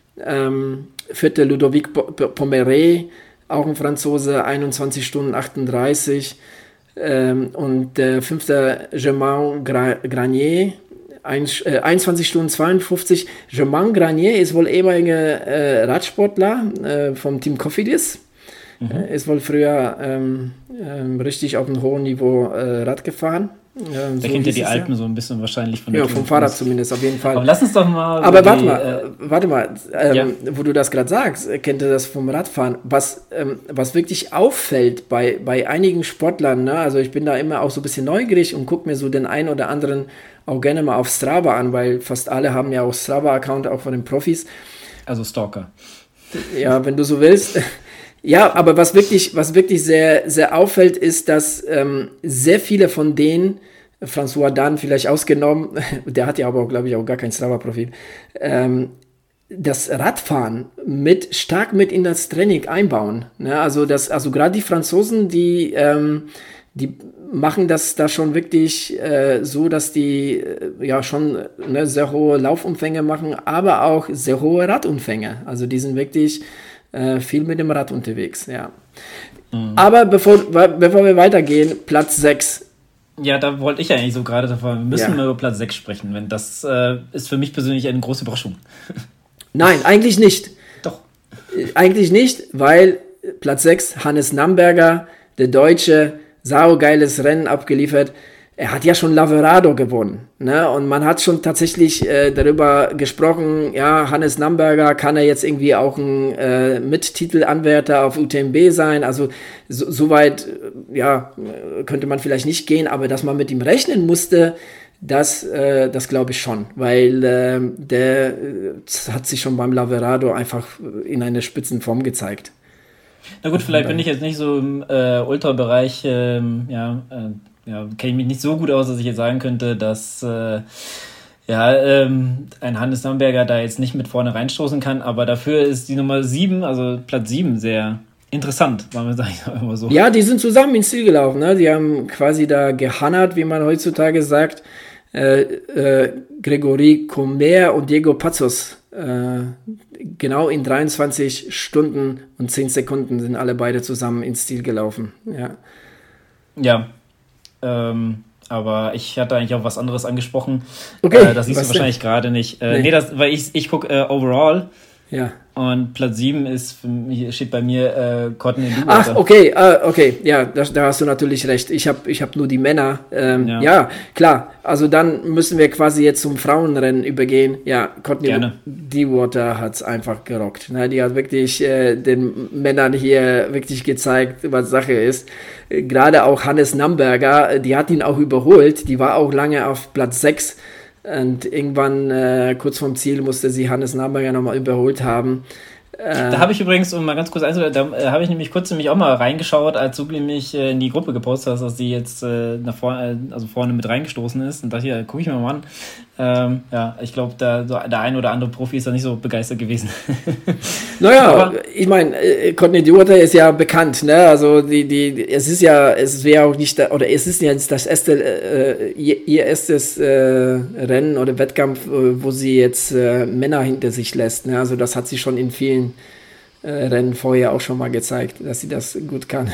Ähm, vierter Ludovic Pommeret, auch ein Franzose, einundzwanzig Stunden achtunddreißig. Ähm, und der fünfte Germain Granier, ein, äh, einundzwanzig Stunden zweiundfünfzig. Germain Granier ist wohl ehemaliger äh, Radsportler äh, vom Team Cofidis. Mhm. Äh, ist wohl früher ähm, ähm, richtig auf einem hohen Niveau äh, Rad gefahren. Ja, der so kennt ja die Alpen ja so ein bisschen wahrscheinlich von der Ja, vom Fahrrad zumindest, auf jeden Fall. Aber lass uns doch mal... Aber warte die, mal, äh, warte mal, ähm, ja. wo du das gerade sagst, kennt ihr das vom Radfahren? Was, ähm, was wirklich auffällt bei, bei einigen Sportlern, ne? Also ich bin da immer auch so ein bisschen neugierig und gucke mir so den einen oder anderen auch gerne mal auf Strava an, weil fast alle haben ja auch Strava-Account, auch von den Profis. Also Stalker. Ja, wenn du so willst. Ja, aber was wirklich, was wirklich sehr, sehr auffällt, ist, dass ähm, sehr viele von denen, François Dain vielleicht ausgenommen, der hat ja aber, glaube ich, auch gar kein Strava-Profil, ähm, das Radfahren mit, stark mit in das Training einbauen. Ne? Also, das, also gerade die Franzosen, die, ähm, die machen das da schon wirklich äh, so, dass die äh, ja schon ne, sehr hohe Laufumfänge machen, aber auch sehr hohe Radumfänge. Also die sind wirklich äh, viel mit dem Rad unterwegs, ja. Mhm. Aber bevor, bevor wir weitergehen, Platz sechs. Ja, da wollte ich eigentlich so gerade davon. Wir müssen ja. mal über Platz sechs sprechen, wenn das äh, ist für mich persönlich eine große Überraschung. Nein, eigentlich nicht. Doch. Äh, eigentlich nicht, weil Platz sechs, Hannes Namberger, der Deutsche, saugeiles Rennen abgeliefert. Er hat ja schon Laverado gewonnen, ne? Und man hat schon tatsächlich äh, darüber gesprochen, ja, Hannes Namberger, kann er jetzt irgendwie auch ein äh, Mittitelanwärter auf U T M B sein? Also so, so weit, äh, ja, könnte man vielleicht nicht gehen, aber dass man mit ihm rechnen musste, das, äh, das glaube ich schon, weil äh, der äh, hat sich schon beim Laverado einfach in einer Spitzenform gezeigt. Na gut, vielleicht bin ich jetzt nicht so im äh, Ultrabereich, ähm, ja, äh, ja, kenne ich mich nicht so gut aus, dass ich jetzt sagen könnte, dass äh, ja, ähm, ein Hannes Namberger da jetzt nicht mit vorne reinstoßen kann, aber dafür ist die Nummer sieben, also Platz sieben, sehr interessant, waren wir, sag ich mal, immer so. Ja, die sind zusammen ins Ziel gelaufen, ne? Die haben quasi da gehannert, wie man heutzutage sagt. Äh, äh, Gregory Comer und Diego Pazos. Äh, genau in dreiundzwanzig Stunden und zehn Sekunden sind alle beide zusammen ins Ziel gelaufen. Ja. Ja. Ähm, aber ich hatte eigentlich auch was anderes angesprochen. Okay. Äh, das siehst du wahrscheinlich gerade nicht. Äh, Nee. nee, das, weil ich, ich gucke äh, overall. Ja. Und Platz sieben ist, für mich, steht bei mir äh, Courtney Dauwalter. Ach, okay, äh, okay, ja, da, da hast du natürlich recht. Ich habe ich hab nur die Männer. Ähm, ja. Ja. ja, klar. Also dann müssen wir quasi jetzt zum Frauenrennen übergehen. Ja, Courtney Gerne. Dauwalter hat's einfach gerockt. Ne? Die hat wirklich äh, den Männern hier wirklich gezeigt, was Sache ist. Äh, Gerade auch Hannes Namberger, die hat ihn auch überholt. Die war auch lange auf Platz sechs. Und irgendwann, äh, kurz vorm Ziel, musste sie Hannes Namberger nochmal überholt haben. Da habe ich übrigens, um mal ganz kurz einzudrücken, da äh, habe ich nämlich kurz nämlich auch mal reingeschaut, als du nämlich äh, in die Gruppe gepostet hast, dass sie jetzt äh, nach vorne, äh, also vorne mit reingestoßen ist. Und dachte, ja, gucke ich mir mal an. Ähm, ja, ich glaube, da so der ein oder andere Profi ist da nicht so begeistert gewesen. Naja, Aber ich meine, äh, Courtney Dauwalter ist ja bekannt, ne? Also die, die, es ist ja, es wäre auch nicht, da, oder es ist jetzt das erste, äh, ihr, ihr erstes äh, Rennen oder Wettkampf, äh, wo sie jetzt äh, Männer hinter sich lässt. Ne? Also das hat sie schon in vielen äh, Rennen vorher auch schon mal gezeigt, dass sie das gut kann.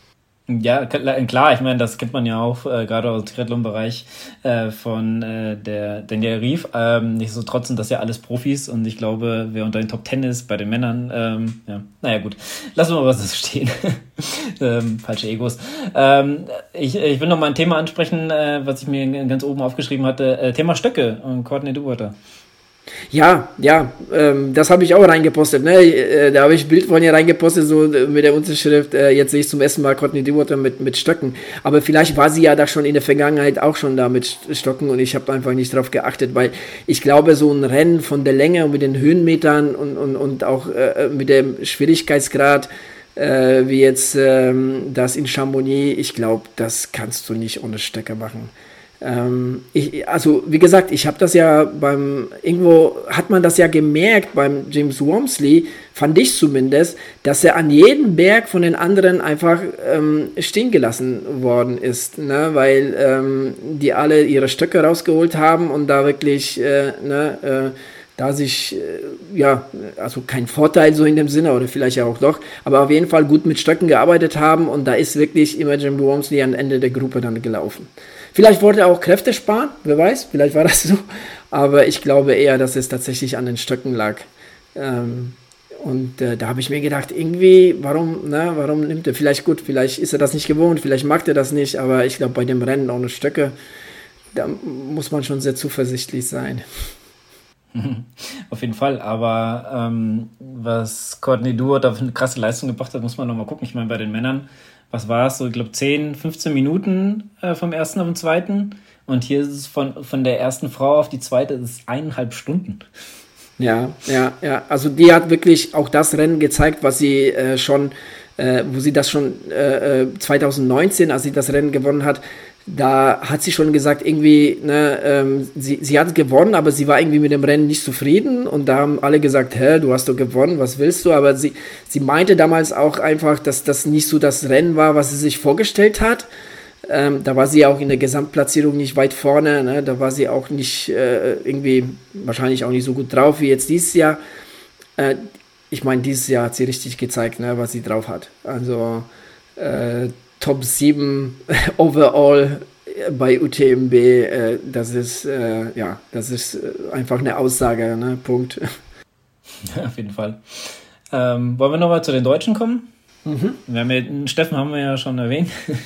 ja, klar, ich meine, das kennt man ja auch, äh, gerade aus dem Triathlon-Bereich äh, von äh, der Daniel Rief. Ähm, nicht so trotzdem, das ja alles Profis und ich glaube, wer unter den Top Ten ist bei den Männern, ähm, ja, naja gut, lassen wir mal was stehen. ähm, falsche Egos. Ähm, ich, ich will noch mal ein Thema ansprechen, äh, was ich mir ganz oben aufgeschrieben hatte, äh, Thema Stöcke und Courtney Dauwalter. Ja, ja, ähm, das habe ich auch reingepostet. Ne? Äh, da habe ich ein Bild von ihr reingepostet, so äh, mit der Unterschrift, äh, jetzt sehe ich zum ersten Mal Courtney Dauwalter mit, mit Stöcken. Aber vielleicht war sie ja da schon in der Vergangenheit auch schon da mit Stöcken und ich habe einfach nicht drauf geachtet, weil ich glaube, so ein Rennen von der Länge und mit den Höhenmetern und, und, und auch äh, mit dem Schwierigkeitsgrad, äh, wie jetzt ähm, das in Chamonix, ich glaube, das kannst du nicht ohne Stöcke machen. Ähm, ich, also wie gesagt, ich habe das ja beim, irgendwo hat man das ja gemerkt beim James Walmsley, fand ich zumindest, dass er an jedem Berg von den anderen einfach ähm, stehen gelassen worden ist, ne? Weil ähm, die alle ihre Stöcke rausgeholt haben und da wirklich, äh, ne, äh, da sich, äh, ja, also kein Vorteil so in dem Sinne, oder vielleicht ja auch doch, aber auf jeden Fall gut mit Stöcken gearbeitet haben und da ist wirklich immer James Walmsley am Ende der Gruppe dann gelaufen. Vielleicht wollte er auch Kräfte sparen, wer weiß, vielleicht war das so, aber ich glaube eher, dass es tatsächlich an den Stöcken lag. Ähm, und äh, da habe ich mir gedacht, irgendwie, warum, na, warum nimmt er, vielleicht gut, vielleicht ist er das nicht gewohnt, vielleicht mag er das nicht, aber ich glaube, bei dem Rennen ohne Stöcke, da muss man schon sehr zuversichtlich sein. Auf jeden Fall, aber ähm, was Courtney Dauwalter für eine krasse Leistung gebracht hat, muss man nochmal gucken. Ich meine, bei den Männern, was war es, so ich glaube zehn, fünfzehn Minuten äh, vom ersten auf den zweiten und hier ist es von, von der ersten Frau auf die zweite, das ist eineinhalb Stunden. Ja, ja, ja, also die hat wirklich auch das Rennen gezeigt, was sie äh, schon, äh, wo sie das schon äh, zwanzig neunzehn, als sie das Rennen gewonnen hat, da hat sie schon gesagt, irgendwie, ne, ähm, sie, sie hat gewonnen, aber sie war irgendwie mit dem Rennen nicht zufrieden und da haben alle gesagt, hä, du hast doch gewonnen, was willst du? Aber sie, sie meinte damals auch einfach, dass das nicht so das Rennen war, was sie sich vorgestellt hat. Ähm, da war sie auch in der Gesamtplatzierung nicht weit vorne, ne? Da war sie auch nicht äh, irgendwie, wahrscheinlich auch nicht so gut drauf wie jetzt dieses Jahr. Äh, ich meine, dieses Jahr hat sie richtig gezeigt, ne, was sie drauf hat. Also, äh, Top sieben overall bei U T M B, äh, das ist, äh, ja, das ist einfach eine Aussage, ne? Punkt. Ja, auf jeden Fall. Ähm, wollen wir nochmal zu den Deutschen kommen? Mhm. Wir haben ja, Steffen haben wir ja schon erwähnt.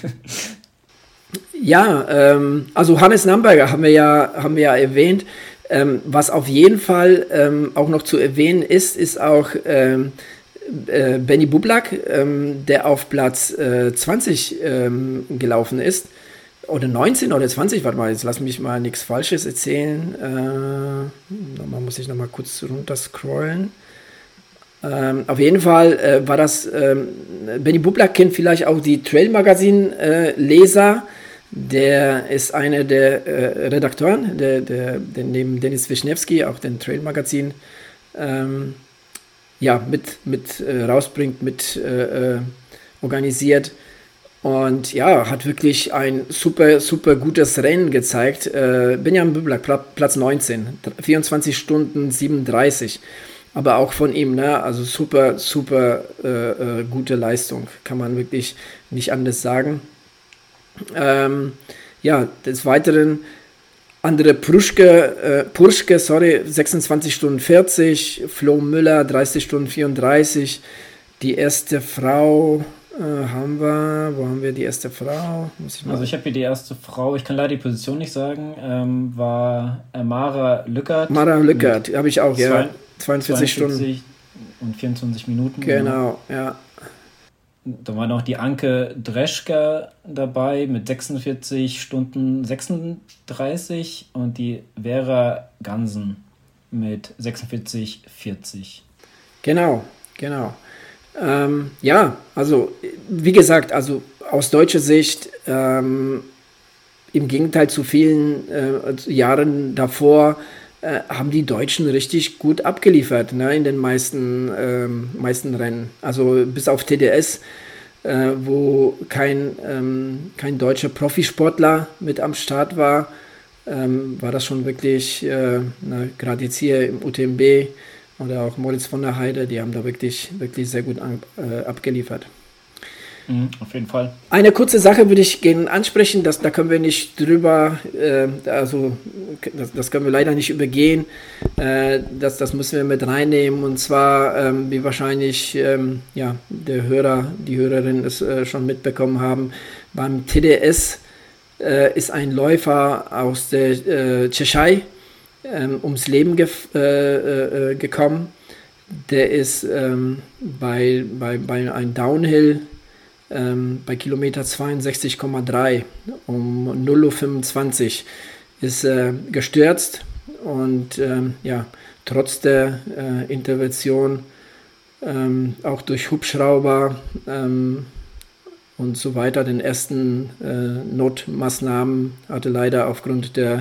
Ja, ähm, also Hannes Namberger haben wir ja, haben wir ja erwähnt. Ähm, was auf jeden Fall ähm, auch noch zu erwähnen ist, ist auch ähm, Äh, Benny Bublak, ähm, der auf Platz äh, zwanzig ähm, gelaufen ist, oder neunzehn oder zwanzig, warte mal, jetzt lass mich mal nichts Falsches erzählen, äh, nochmal muss ich nochmal kurz runter scrollen. Ähm, auf jeden Fall äh, war das, ähm, Benny Bublak kennt vielleicht auch die Trail-Magazin-Leser, der ist einer der äh, Redakteuren, der, der, der neben Dennis Wischnewski auch den Trail-Magazin ähm, ja, mit, mit äh, rausbringt, mit äh, organisiert. Und ja, hat wirklich ein super, super gutes Rennen gezeigt. Äh, Benjamin Biblak, Platz neunzehn, vierundzwanzig Stunden siebenunddreißig. Aber auch von ihm, ne? Also super, super äh, äh, gute Leistung. Kann man wirklich nicht anders sagen. Ähm, ja, des Weiteren andere Pruschke, äh, Purschke, sorry, sechsundzwanzig Stunden vierzig, Flo Müller, dreißig Stunden vierunddreißig, die erste Frau äh, haben wir, wo haben wir die erste Frau? Muss ich mal also ich habe hier die erste Frau, ich kann leider die Position nicht sagen, ähm, war äh, Mara Lückert. Mara Lückert, habe ich auch, ja, zweiundvierzig Stunden. Und vierundzwanzig Minuten. Genau, ja. Da war noch die Anke Dreschka dabei mit sechsundvierzig Stunden sechsunddreißig und die Vera Gansen mit sechsundvierzig vierzig. Genau, genau. Ähm, ja, also wie gesagt, also aus deutscher Sicht, ähm, im Gegenteil zu vielen äh, Jahren davor, äh, haben die Deutschen richtig gut abgeliefert, ne, in den meisten, ähm, meisten Rennen. Also bis auf T D S, äh, wo kein, ähm, kein deutscher Profisportler mit am Start war, ähm, war das schon wirklich, äh, gerade jetzt hier im U T M B oder auch Moritz von der Heide, die haben da wirklich, wirklich sehr gut an, äh, abgeliefert. Mhm, auf jeden Fall. Eine kurze Sache würde ich gerne ansprechen, das, da können wir nicht drüber, äh, also das, das können wir leider nicht übergehen, äh, das, das müssen wir mit reinnehmen, und zwar, ähm, wie wahrscheinlich ähm, ja, der Hörer, die Hörerin es äh, schon mitbekommen haben, beim T D S äh, ist ein Läufer aus der äh, Tschechei ähm, ums Leben gef- äh, äh, gekommen. Der ist ähm, bei, bei, bei einem Downhill Ähm, bei Kilometer zweiundsechzig Komma drei um null Uhr fünfundzwanzig ist äh, gestürzt und ähm, ja, trotz der äh, Intervention ähm, auch durch Hubschrauber ähm, und so weiter, den ersten äh, Notmaßnahmen, hatte leider aufgrund der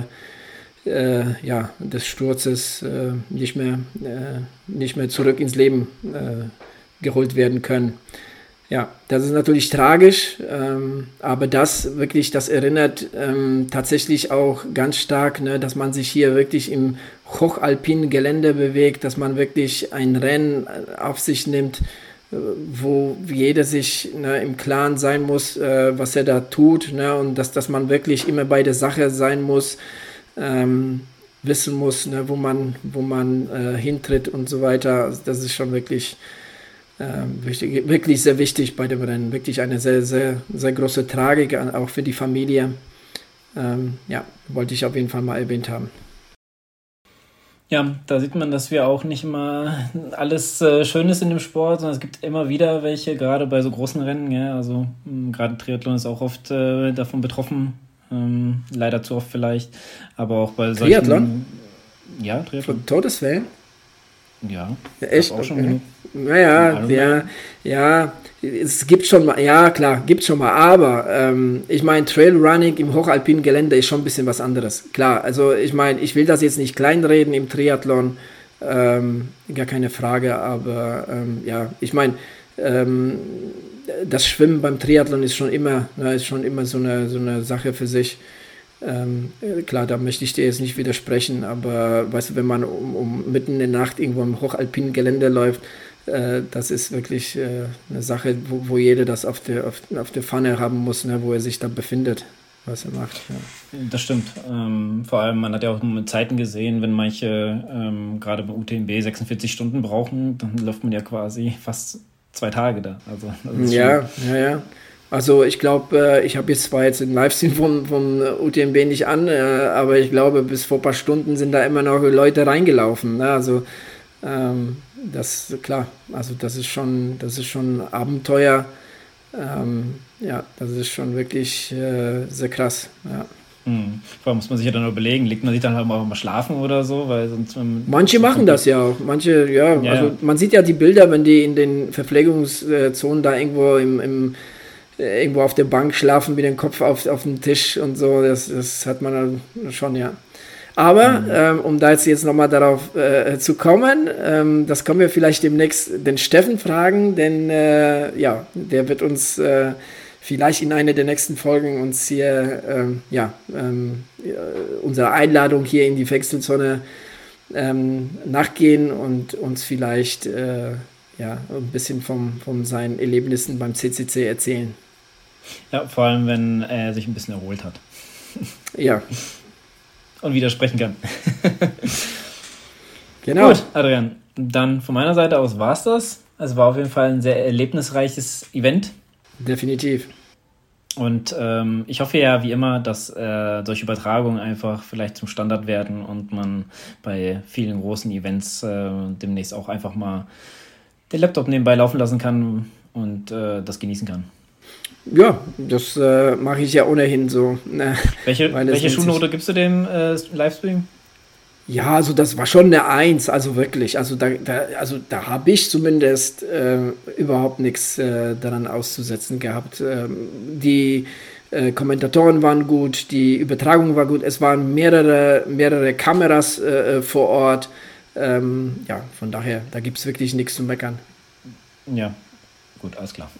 äh, ja, des Sturzes äh, nicht mehr, äh, nicht mehr zurück ins Leben äh, geholt werden können. Ja, das ist natürlich tragisch, ähm, aber das wirklich, das erinnert ähm, tatsächlich auch ganz stark, ne, dass man sich hier wirklich im hochalpinen Gelände bewegt, dass man wirklich ein Rennen auf sich nimmt, äh, wo jeder sich, ne, im Klaren sein muss, äh, was er da tut, ne, und dass, dass man wirklich immer bei der Sache sein muss, ähm, wissen muss, ne, wo man, wo man äh, hintritt und so weiter. Also das ist schon wirklich Ähm, wichtig, wirklich sehr wichtig bei dem Rennen. Wirklich eine sehr, sehr, sehr große Tragik, auch für die Familie. Ähm, ja, wollte ich auf jeden Fall mal erwähnt haben. Ja, da sieht man, dass wir auch nicht immer alles äh, schön ist in dem Sport, sondern es gibt immer wieder welche, gerade bei so großen Rennen. Ja, also mh, gerade Triathlon ist auch oft äh, davon betroffen. Ähm, leider zu oft vielleicht. Aber auch bei solchen... Triathlon? Ja, Triathlon. Von Todesfällen? Ja, Ja, echt? auch schon Okay. genug. Naja, ja, ja, es gibt schon mal, ja klar, gibt schon mal, aber ähm, ich meine, Trailrunning im hochalpinen Gelände ist schon ein bisschen was anderes. Klar, also ich meine, ich will das jetzt nicht kleinreden im Triathlon, ähm, gar keine Frage, aber ähm, ja, ich meine, ähm, das Schwimmen beim Triathlon ist schon immer, ne, ist schon immer so eine, so eine Sache für sich. Ähm, klar, da möchte ich dir jetzt nicht widersprechen, aber weißt du, wenn man um, um mitten in der Nacht irgendwo im hochalpinen Gelände läuft, äh, das ist wirklich äh, eine Sache, wo, wo jeder das auf der, auf, auf der Pfanne haben muss, ne, wo er sich da befindet, was er macht. Ja. Das stimmt. Ähm, vor allem, man hat ja auch mit Zeiten gesehen, wenn manche ähm, gerade bei U T M B sechsundvierzig Stunden brauchen, dann läuft man ja quasi fast zwei Tage da. Also, das ist Ja, ja, ja. Also ich glaube, ich habe jetzt zwar jetzt den Livestream vom, vom U T M B nicht an, aber ich glaube, bis vor ein paar Stunden sind da immer noch Leute reingelaufen. Ne? Also ähm, das, klar, also das ist schon, das ist schon Abenteuer. Ähm, ja, das ist schon wirklich äh, sehr krass. Ja. Hm. Vor allem muss man sich ja dann überlegen, legt man sich dann halt auch mal schlafen oder so, weil sonst... Manche machen das ja auch, manche, ja, ja, also ja. man sieht ja die Bilder, wenn die in den Verpflegungszonen da irgendwo im, im irgendwo auf der Bank schlafen mit dem Kopf auf, auf dem Tisch und so, das, das hat man dann schon, ja. Aber mhm. ähm, um da jetzt, jetzt nochmal darauf äh, zu kommen, ähm, das können wir vielleicht demnächst den Steffen fragen, denn äh, ja, der wird uns äh, vielleicht in einer der nächsten Folgen uns hier ähm, ja, ähm, unsere Einladung hier in die Wechselzone ähm, nachgehen und uns vielleicht äh, ja, ein bisschen vom, von seinen Erlebnissen beim C C C erzählen. Ja, vor allem, wenn er sich ein bisschen erholt hat. Ja. Und widersprechen kann. Genau. Gut, Adrian, dann von meiner Seite aus war es das. Es war auf jeden Fall ein sehr erlebnisreiches Event. Definitiv. Und ähm, ich hoffe ja, wie immer, dass äh, solche Übertragungen einfach vielleicht zum Standard werden und man bei vielen großen Events äh, demnächst auch einfach mal den Laptop nebenbei laufen lassen kann und äh, das genießen kann. Ja, das äh, mache ich ja ohnehin so. Ne? Welche, welche Schulnote gibst du dem äh, Livestream? Ja, also das war schon eine Eins, also wirklich. Also da, da, also da habe ich zumindest äh, überhaupt nichts äh, daran auszusetzen gehabt. Ähm, die äh, Kommentatoren waren gut, die Übertragung war gut, es waren mehrere, mehrere Kameras äh, vor Ort. Ähm, ja, von daher, da gibt es wirklich nichts zu meckern. Ja, gut, alles klar.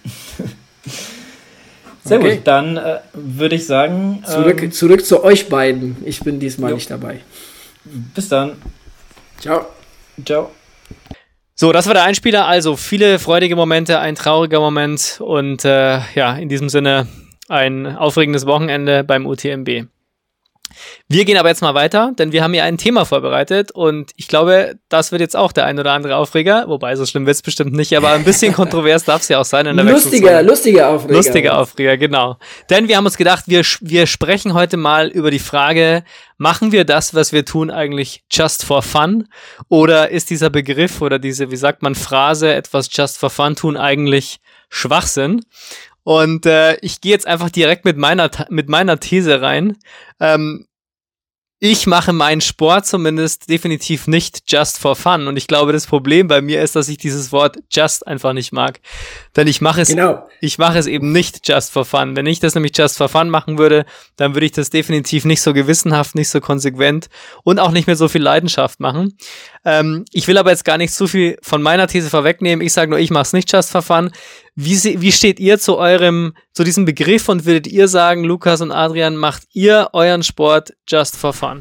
Sehr okay. Gut, dann äh, würde ich sagen... Zurück, ähm, zurück zu euch beiden. Ich bin diesmal jo. nicht dabei. Bis dann. Ciao. Ciao. So, das war der Einspieler. Also viele freudige Momente, ein trauriger Moment und äh, ja, in diesem Sinne ein aufregendes Wochenende beim U T M B. Wir gehen aber jetzt mal weiter, denn wir haben hier ein Thema vorbereitet und ich glaube, das wird jetzt auch der ein oder andere Aufreger, wobei so schlimm wird es bestimmt nicht, aber ein bisschen kontrovers darf es ja auch sein. In der lustiger, lustiger Aufreger. Lustiger Aufreger, genau. Denn wir haben uns gedacht, wir, wir sprechen heute mal über die Frage, machen wir das, was wir tun, eigentlich just for fun? Oder ist dieser Begriff oder diese, wie sagt man, Phrase, etwas just for fun tun, eigentlich Schwachsinn? Und äh, ich gehe jetzt einfach direkt mit meiner mit meiner These rein. Ähm, ich mache meinen Sport zumindest definitiv nicht just for fun. Und ich glaube, das Problem bei mir ist, dass ich dieses Wort just einfach nicht mag. Denn ich mache es, genau. ich mache es eben nicht just for fun. Wenn ich das nämlich just for fun machen würde, dann würde ich das definitiv nicht so gewissenhaft, nicht so konsequent und auch nicht mit so viel Leidenschaft machen. Ähm, ich will aber jetzt gar nicht so viel von meiner These vorwegnehmen. Ich sage nur, ich mache es nicht just for fun. Wie, se- wie steht ihr zu eurem, zu diesem Begriff und würdet ihr sagen, Lukas und Adrian, macht ihr euren Sport just for fun?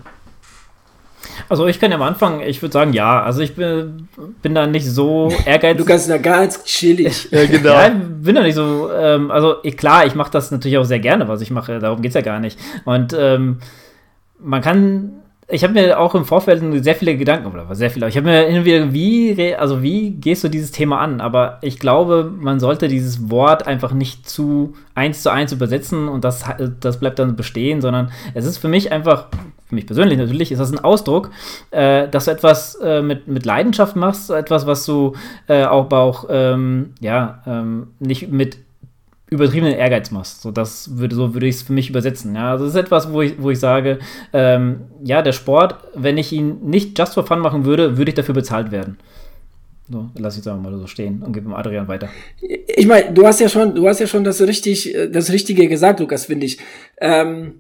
Also ich kann ja am Anfang, ich würde sagen, ja. Also ich bin, bin da nicht so ehrgeizig. Du kannst da ganz chillig. Ja, genau. Ja, ich bin da nicht so, ähm, also ich, klar, ich mache das natürlich auch sehr gerne, was ich mache. Darum geht's ja gar nicht. Und ähm, man kann... Ich habe mir auch im Vorfeld sehr viele Gedanken, oder sehr viele, ich habe mir hin und wieder, wie, also wie gehst du dieses Thema an? Aber ich glaube, man sollte dieses Wort einfach nicht zu eins zu eins übersetzen und das, das bleibt dann bestehen, sondern es ist für mich einfach, für mich persönlich natürlich, ist das ein Ausdruck, äh, dass du etwas äh, mit, mit Leidenschaft machst, etwas, was du äh, auch, auch ähm, ja, ähm, nicht mit übertriebenen Ehrgeiz machst. So, das würde, so würde ich es für mich übersetzen. Ja, also das ist etwas, wo ich, wo ich sage, ähm, ja, der Sport, wenn ich ihn nicht just for fun machen würde, würde ich dafür bezahlt werden. So, lass ich es einfach mal so stehen und gebe dem Adrian weiter. Ich meine, du hast ja schon, du hast ja schon das richtig, das Richtige gesagt, Lukas, finde ich. Ähm,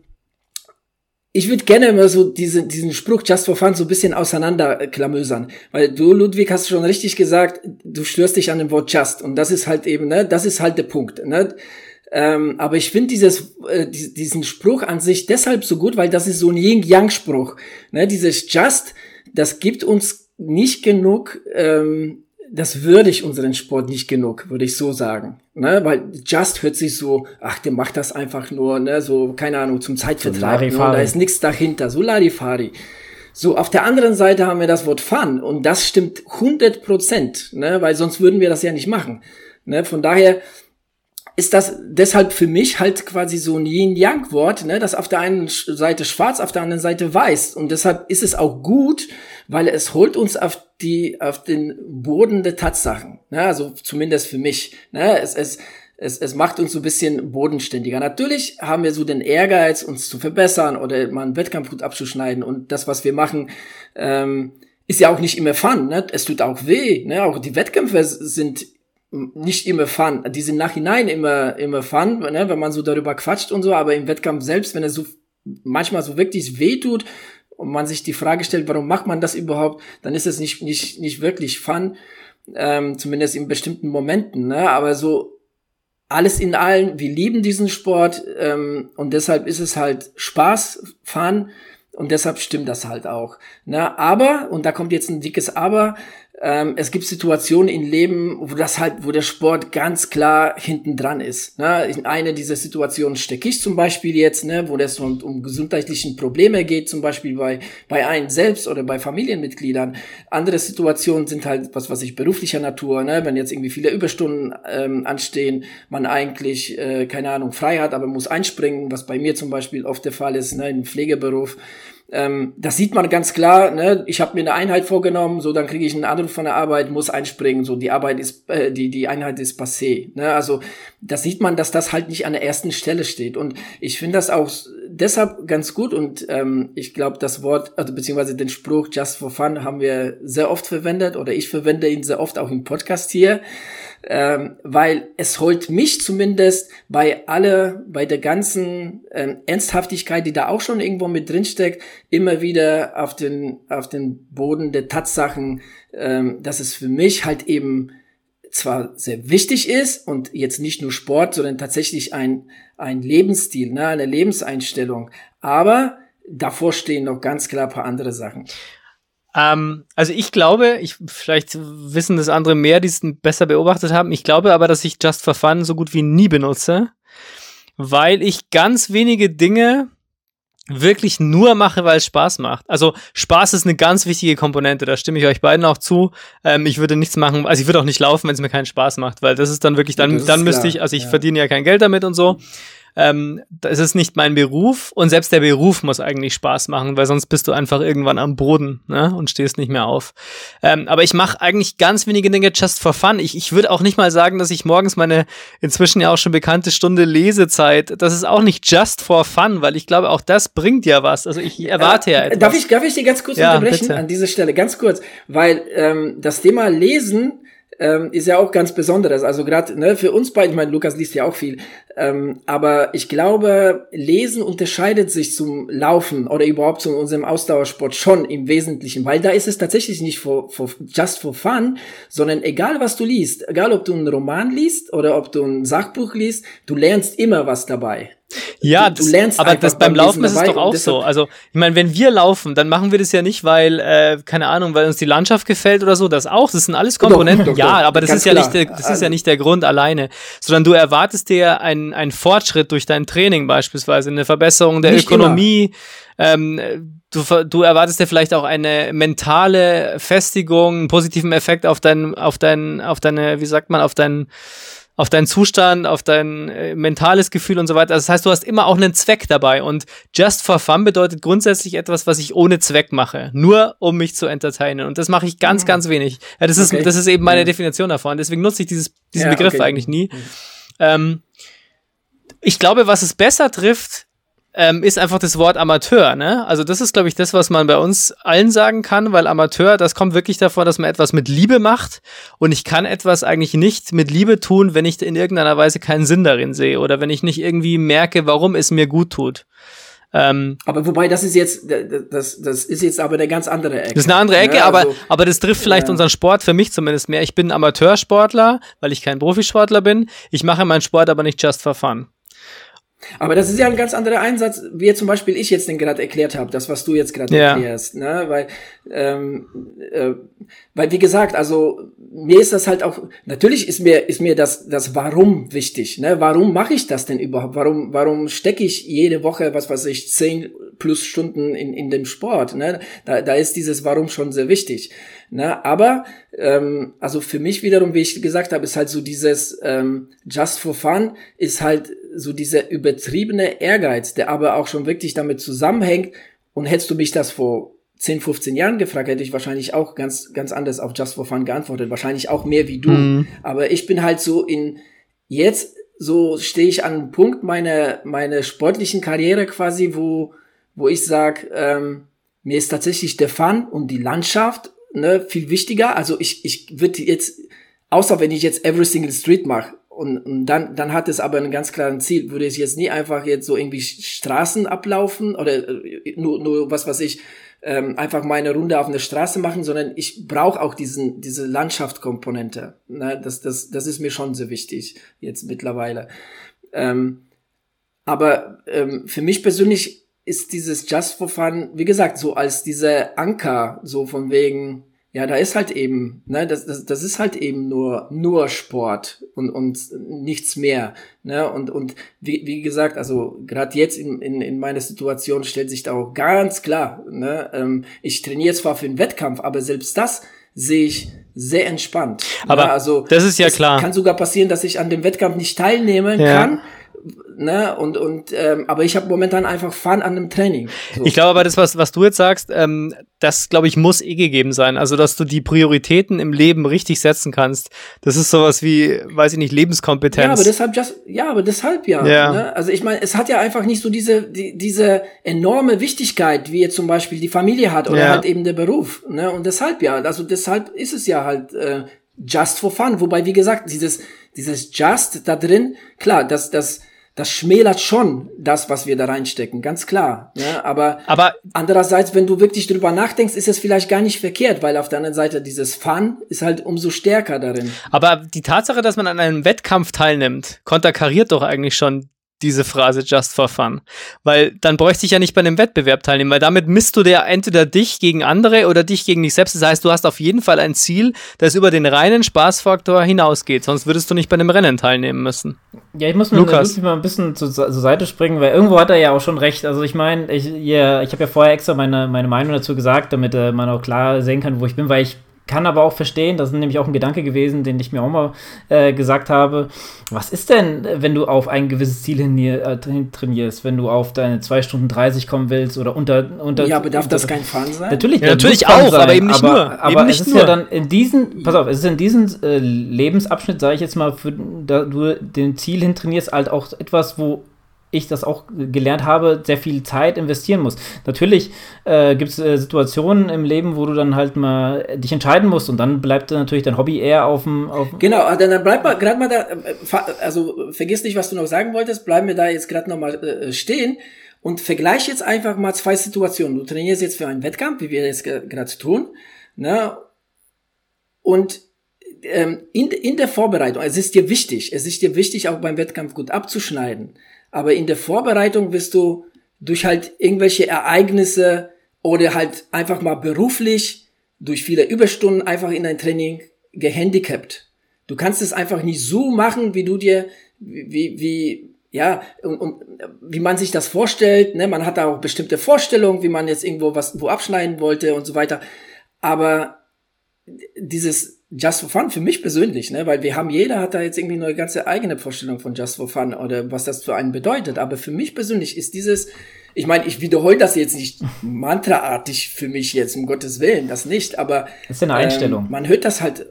Ich würde gerne immer so diese, diesen Spruch just for fun so ein bisschen auseinanderklamösern. Weil du, Ludwig, hast schon richtig gesagt, du störst dich an dem Wort just. Und das ist halt eben, ne, das ist halt der Punkt, ne. Ähm, aber ich finde dieses, äh, diesen Spruch an sich deshalb so gut, weil das ist so ein Yin-Yang-Spruch. Ne, dieses just, das gibt uns nicht genug, ähm, das würdigt unseren Sport nicht genug, würde ich so sagen. Ne? Weil just hört sich so, ach, der macht das einfach nur, ne, so, keine Ahnung, zum Zeitvertreib. So, ne? Da ist nichts dahinter, so Larifari. So, auf der anderen Seite haben wir das Wort Fun und das stimmt hundert Prozent, ne, weil sonst würden wir das ja nicht machen. Ne? Von daher ist das deshalb für mich halt quasi so ein Yin-Yang-Wort, ne, das auf der einen Seite schwarz, auf der anderen Seite weiß. Und deshalb ist es auch gut, weil es holt uns auf die, auf den Boden der Tatsachen. Ne, also zumindest für mich. Ne, es, es, es, es macht uns so ein bisschen bodenständiger. Natürlich haben wir so den Ehrgeiz, uns zu verbessern oder mal einen Wettkampf gut abzuschneiden. Und das, was wir machen, ähm, ist ja auch nicht immer Fun. Ne? Es tut auch weh. Ne? Auch die Wettkämpfe sind nicht immer Fun, die sind nachhinein immer immer Fun, ne, wenn man so darüber quatscht und so, aber im Wettkampf selbst, wenn es so manchmal so wirklich weh tut und man sich die Frage stellt, warum macht man das überhaupt, dann ist es nicht nicht nicht wirklich Fun, ähm, zumindest in bestimmten Momenten, ne? Aber so alles in allem, wir lieben diesen Sport ähm, und deshalb ist es halt Spaß, Fun und deshalb stimmt das halt auch. Ne? Aber, und da kommt jetzt ein dickes Aber, ähm, es gibt Situationen im Leben, wo das halt, wo der Sport ganz klar hinten dran ist. Ne? In eine dieser Situationen stecke ich zum Beispiel jetzt, ne, wo es um, um gesundheitlichen Probleme geht, zum Beispiel bei bei einem selbst oder bei Familienmitgliedern. Andere Situationen sind halt was, was ich beruflicher Natur, ne, wenn jetzt irgendwie viele Überstunden ähm, anstehen, man eigentlich äh, keine Ahnung frei hat, aber muss einspringen, was bei mir zum Beispiel oft der Fall ist, ne, im Pflegeberuf. Ähm, das sieht man ganz klar, ne? Ich habe mir eine Einheit vorgenommen, so dann kriege ich einen Anruf von der Arbeit, muss einspringen, so die Arbeit ist, äh, die die Einheit ist passé, ne? Also da sieht man, dass das halt nicht an der ersten Stelle steht und ich finde das auch deshalb ganz gut und ähm, ich glaube das Wort, also beziehungsweise den Spruch Just for Fun haben wir sehr oft verwendet oder ich verwende ihn sehr oft auch im Podcast hier. Ähm, weil es holt mich zumindest bei alle, bei der ganzen ähm, Ernsthaftigkeit, die da auch schon irgendwo mit drinsteckt, immer wieder auf den auf den Boden der Tatsachen, ähm, dass es für mich halt eben zwar sehr wichtig ist und jetzt nicht nur Sport, sondern tatsächlich ein ein Lebensstil, ne, eine Lebenseinstellung, aber davor stehen noch ganz klar ein paar andere Sachen. Ähm, also ich glaube, ich vielleicht wissen das andere mehr, die es besser beobachtet haben. Ich glaube aber, dass ich Just for Fun so gut wie nie benutze, weil ich ganz wenige Dinge wirklich nur mache, weil es Spaß macht. Also Spaß ist eine ganz wichtige Komponente, da stimme ich euch beiden auch zu. Ähm, ich würde nichts machen, also ich würde auch nicht laufen, wenn es mir keinen Spaß macht, weil das ist dann wirklich, dann, dann müsste ich, also ich ja. verdiene ja kein Geld damit und so. Ähm, das ist nicht mein Beruf und selbst der Beruf muss eigentlich Spaß machen, weil sonst bist du einfach irgendwann am Boden, ne, und stehst nicht mehr auf. Ähm, aber ich mache eigentlich ganz wenige Dinge just for fun. Ich, ich würde auch nicht mal sagen, dass ich morgens meine inzwischen ja auch schon bekannte Stunde Lesezeit, das ist auch nicht just for fun, weil ich glaube, auch das bringt ja was. Also ich erwarte ja, ja etwas. Darf ich, darf ich dir ganz kurz ja, unterbrechen bitte. An dieser Stelle, ganz kurz, weil ähm, das Thema Lesen Ähm, ist ja auch ganz Besonderes. Also gerade ne, für uns beide, ich meine, Lukas liest ja auch viel, ähm, aber ich glaube, Lesen unterscheidet sich zum Laufen oder überhaupt zu unserem Ausdauersport schon im Wesentlichen, weil da ist es tatsächlich nicht for, for, just for fun, sondern egal was du liest, egal ob du einen Roman liest oder ob du ein Sachbuch liest, du lernst immer was dabei. Ja, du, du lernst das, aber das beim Laufen ist es doch auch so. Also, ich meine, wenn wir laufen, dann machen wir das ja nicht, weil, äh, keine Ahnung, weil uns die Landschaft gefällt oder so, das auch, das sind alles Komponenten. Doch, doch, ja, doch, aber das ist ja klar. nicht der, das ist ja nicht der Grund alleine, sondern du erwartest dir einen, einen Fortschritt durch dein Training beispielsweise, eine Verbesserung der nicht Ökonomie, ähm, du, du erwartest dir vielleicht auch eine mentale Festigung, einen positiven Effekt auf dein, auf dein, auf deine, wie sagt man, auf dein auf deinen Zustand, auf dein äh, mentales Gefühl und so weiter. Also das heißt, du hast immer auch einen Zweck dabei und just for fun bedeutet grundsätzlich etwas, was ich ohne Zweck mache, nur um mich zu entertainen und das mache ich ganz, mhm. ganz wenig. Ja, das ist, okay. das ist eben meine ja. Definition davon, deswegen nutze ich dieses, diesen ja, Begriff okay. eigentlich nie. Mhm. Ähm, ich glaube, was es besser trifft, Ähm, ist einfach das Wort Amateur, ne? Also das ist, glaube ich, das, was man bei uns allen sagen kann, weil Amateur, das kommt wirklich davon, dass man etwas mit Liebe macht und ich kann etwas eigentlich nicht mit Liebe tun, wenn ich in irgendeiner Weise keinen Sinn darin sehe oder wenn ich nicht irgendwie merke, warum es mir gut tut. Ähm, aber wobei, das ist jetzt, das, das ist jetzt aber eine ganz andere Ecke. Das ist eine andere Ecke, ja, aber, also, aber das trifft vielleicht ja. unseren Sport, für mich zumindest mehr. Ich bin Amateursportler, weil ich kein Profisportler bin. Ich mache meinen Sport aber nicht just for fun. Aber das ist ja ein ganz anderer Einsatz, wie zum Beispiel ich jetzt den gerade erklärt habe, das, was du jetzt gerade ja. erklärst, ne, weil, ähm, äh, weil wie gesagt, also mir ist das halt auch, natürlich ist mir ist mir das das Warum wichtig, ne, warum mache ich das denn überhaupt, warum warum stecke ich jede Woche, was weiß ich, zehn plus Stunden in in dem Sport, ne, da da ist dieses Warum schon sehr wichtig, ne, aber ähm, also für mich wiederum, wie ich gesagt habe, ist halt so dieses ähm, Just for Fun ist halt so dieser übertriebene Ehrgeiz, der aber auch schon wirklich damit zusammenhängt. Und hättest du mich das vor zehn, fünfzehn Jahren gefragt, hätte ich wahrscheinlich auch ganz ganz anders auf Just for Fun geantwortet. Wahrscheinlich auch mehr wie du. Mhm. Aber ich bin halt so in, jetzt so stehe ich an einem Punkt meiner meiner sportlichen Karriere quasi, wo wo ich sag, ähm, mir ist tatsächlich der Fun und die Landschaft ne viel wichtiger. Also ich ich würde jetzt, außer wenn ich jetzt Every Single Street mache, und, und dann, dann hat es aber einen ganz klaren Ziel. Würde es jetzt nie einfach jetzt so irgendwie Straßen ablaufen oder nur, nur was weiß ich, ähm, einfach meine Runde auf einer Straße machen, sondern ich brauche auch diesen, diese Landschaftskomponente. Ne? Das, das, das ist mir schon sehr wichtig jetzt mittlerweile. Ähm, aber ähm, für mich persönlich ist dieses Just for Fun, wie gesagt, so als dieser Anker, so von wegen, ja, da ist halt eben, ne, das, das, das ist halt eben nur, nur Sport und, und nichts mehr, ne, und, und wie, wie gesagt, also, gerade jetzt in, in, in meiner Situation stellt sich da auch ganz klar, ne, ähm, ich trainiere zwar für einen Wettkampf, aber selbst das sehe ich sehr entspannt. Aber ne? Also, das ist ja klar. Kann sogar passieren, dass ich an dem Wettkampf nicht teilnehmen ja. kann, ne, und, und, ähm, aber ich habe momentan einfach Fun an dem Training. So. Ich glaube aber, das, was, was du jetzt sagst, ähm, das, glaube ich, muss eh gegeben sein. Also, dass du die Prioritäten im Leben richtig setzen kannst. Das ist sowas wie, weiß ich nicht, Lebenskompetenz. Ja, aber deshalb, just, ja, aber deshalb ja. ja. Ne? Also, ich meine, es hat ja einfach nicht so diese, die, diese enorme Wichtigkeit, wie jetzt zum Beispiel die Familie hat oder ja. halt eben der Beruf. Ne? Und deshalb ja, also deshalb ist es ja halt äh, just for fun. Wobei, wie gesagt, dieses, dieses just da drin, klar, das, das, das schmälert schon das, was wir da reinstecken, ganz klar. Ne? Aber, aber andererseits, wenn du wirklich drüber nachdenkst, ist es vielleicht gar nicht verkehrt, weil auf der anderen Seite dieses Fun ist halt umso stärker darin. Aber die Tatsache, dass man an einem Wettkampf teilnimmt, konterkariert doch eigentlich schon diese Phrase just for fun. Weil dann bräuchte ich ja nicht bei einem Wettbewerb teilnehmen, weil damit misst du dir entweder dich gegen andere oder dich gegen dich selbst. Das heißt, du hast auf jeden Fall ein Ziel, das über den reinen Spaßfaktor hinausgeht. Sonst würdest du nicht bei einem Rennen teilnehmen müssen. Ja, ich muss mir wirklich mal ein bisschen zur, zur Seite springen, weil irgendwo hat er ja auch schon recht. Also ich meine, ich, ja, ich habe ja vorher extra meine, meine Meinung dazu gesagt, damit äh, man auch klar sehen kann, wo ich bin, weil ich kann aber auch verstehen, das ist nämlich auch ein Gedanke gewesen, den ich mir auch mal äh, gesagt habe. Was ist denn, wenn du auf ein gewisses Ziel hin, äh, trainierst, wenn du auf deine zwei Stunden dreißig kommen willst oder unter... unter ja, aber darf unter, das kein Fun sein? Natürlich, ja, natürlich auch, sein, aber eben nicht aber, nur. Aber eben es nicht ist nur. ja dann in diesem, pass auf, es ist in diesem äh, Lebensabschnitt, sage ich jetzt mal, für, da du den Ziel hin trainierst, halt auch etwas, wo ich das auch gelernt habe, sehr viel Zeit investieren muss. Natürlich äh, gibt es äh, Situationen im Leben, wo du dann halt mal dich entscheiden musst und dann bleibt natürlich dein Hobby eher auf dem... Genau, dann, dann bleib mal gerade mal da, also vergiss nicht, was du noch sagen wolltest, bleib mir da jetzt gerade noch mal äh, stehen und vergleich jetzt einfach mal zwei Situationen. Du trainierst jetzt für einen Wettkampf, wie wir jetzt gerade tun, ne? Und ähm, in, in der Vorbereitung, es ist dir wichtig, es ist dir wichtig, auch beim Wettkampf gut abzuschneiden. Aber in der Vorbereitung wirst du durch halt irgendwelche Ereignisse oder halt einfach mal beruflich durch viele Überstunden einfach in dein Training gehandicapt. Du kannst es einfach nicht so machen, wie du dir, wie, wie, ja, und, und wie man sich das vorstellt, ne? Man hat da auch bestimmte Vorstellungen, wie man jetzt irgendwo was, wo abschneiden wollte und so weiter. Aber dieses Just for Fun für mich persönlich, ne, weil wir haben, jeder hat da jetzt irgendwie eine ganze eigene Vorstellung von Just for Fun oder was das für einen bedeutet, aber für mich persönlich ist dieses, ich meine, ich wiederhole das jetzt nicht mantraartig für mich jetzt, um Gottes Willen, das nicht, aber das ist eine Einstellung. Ähm, man hört das halt,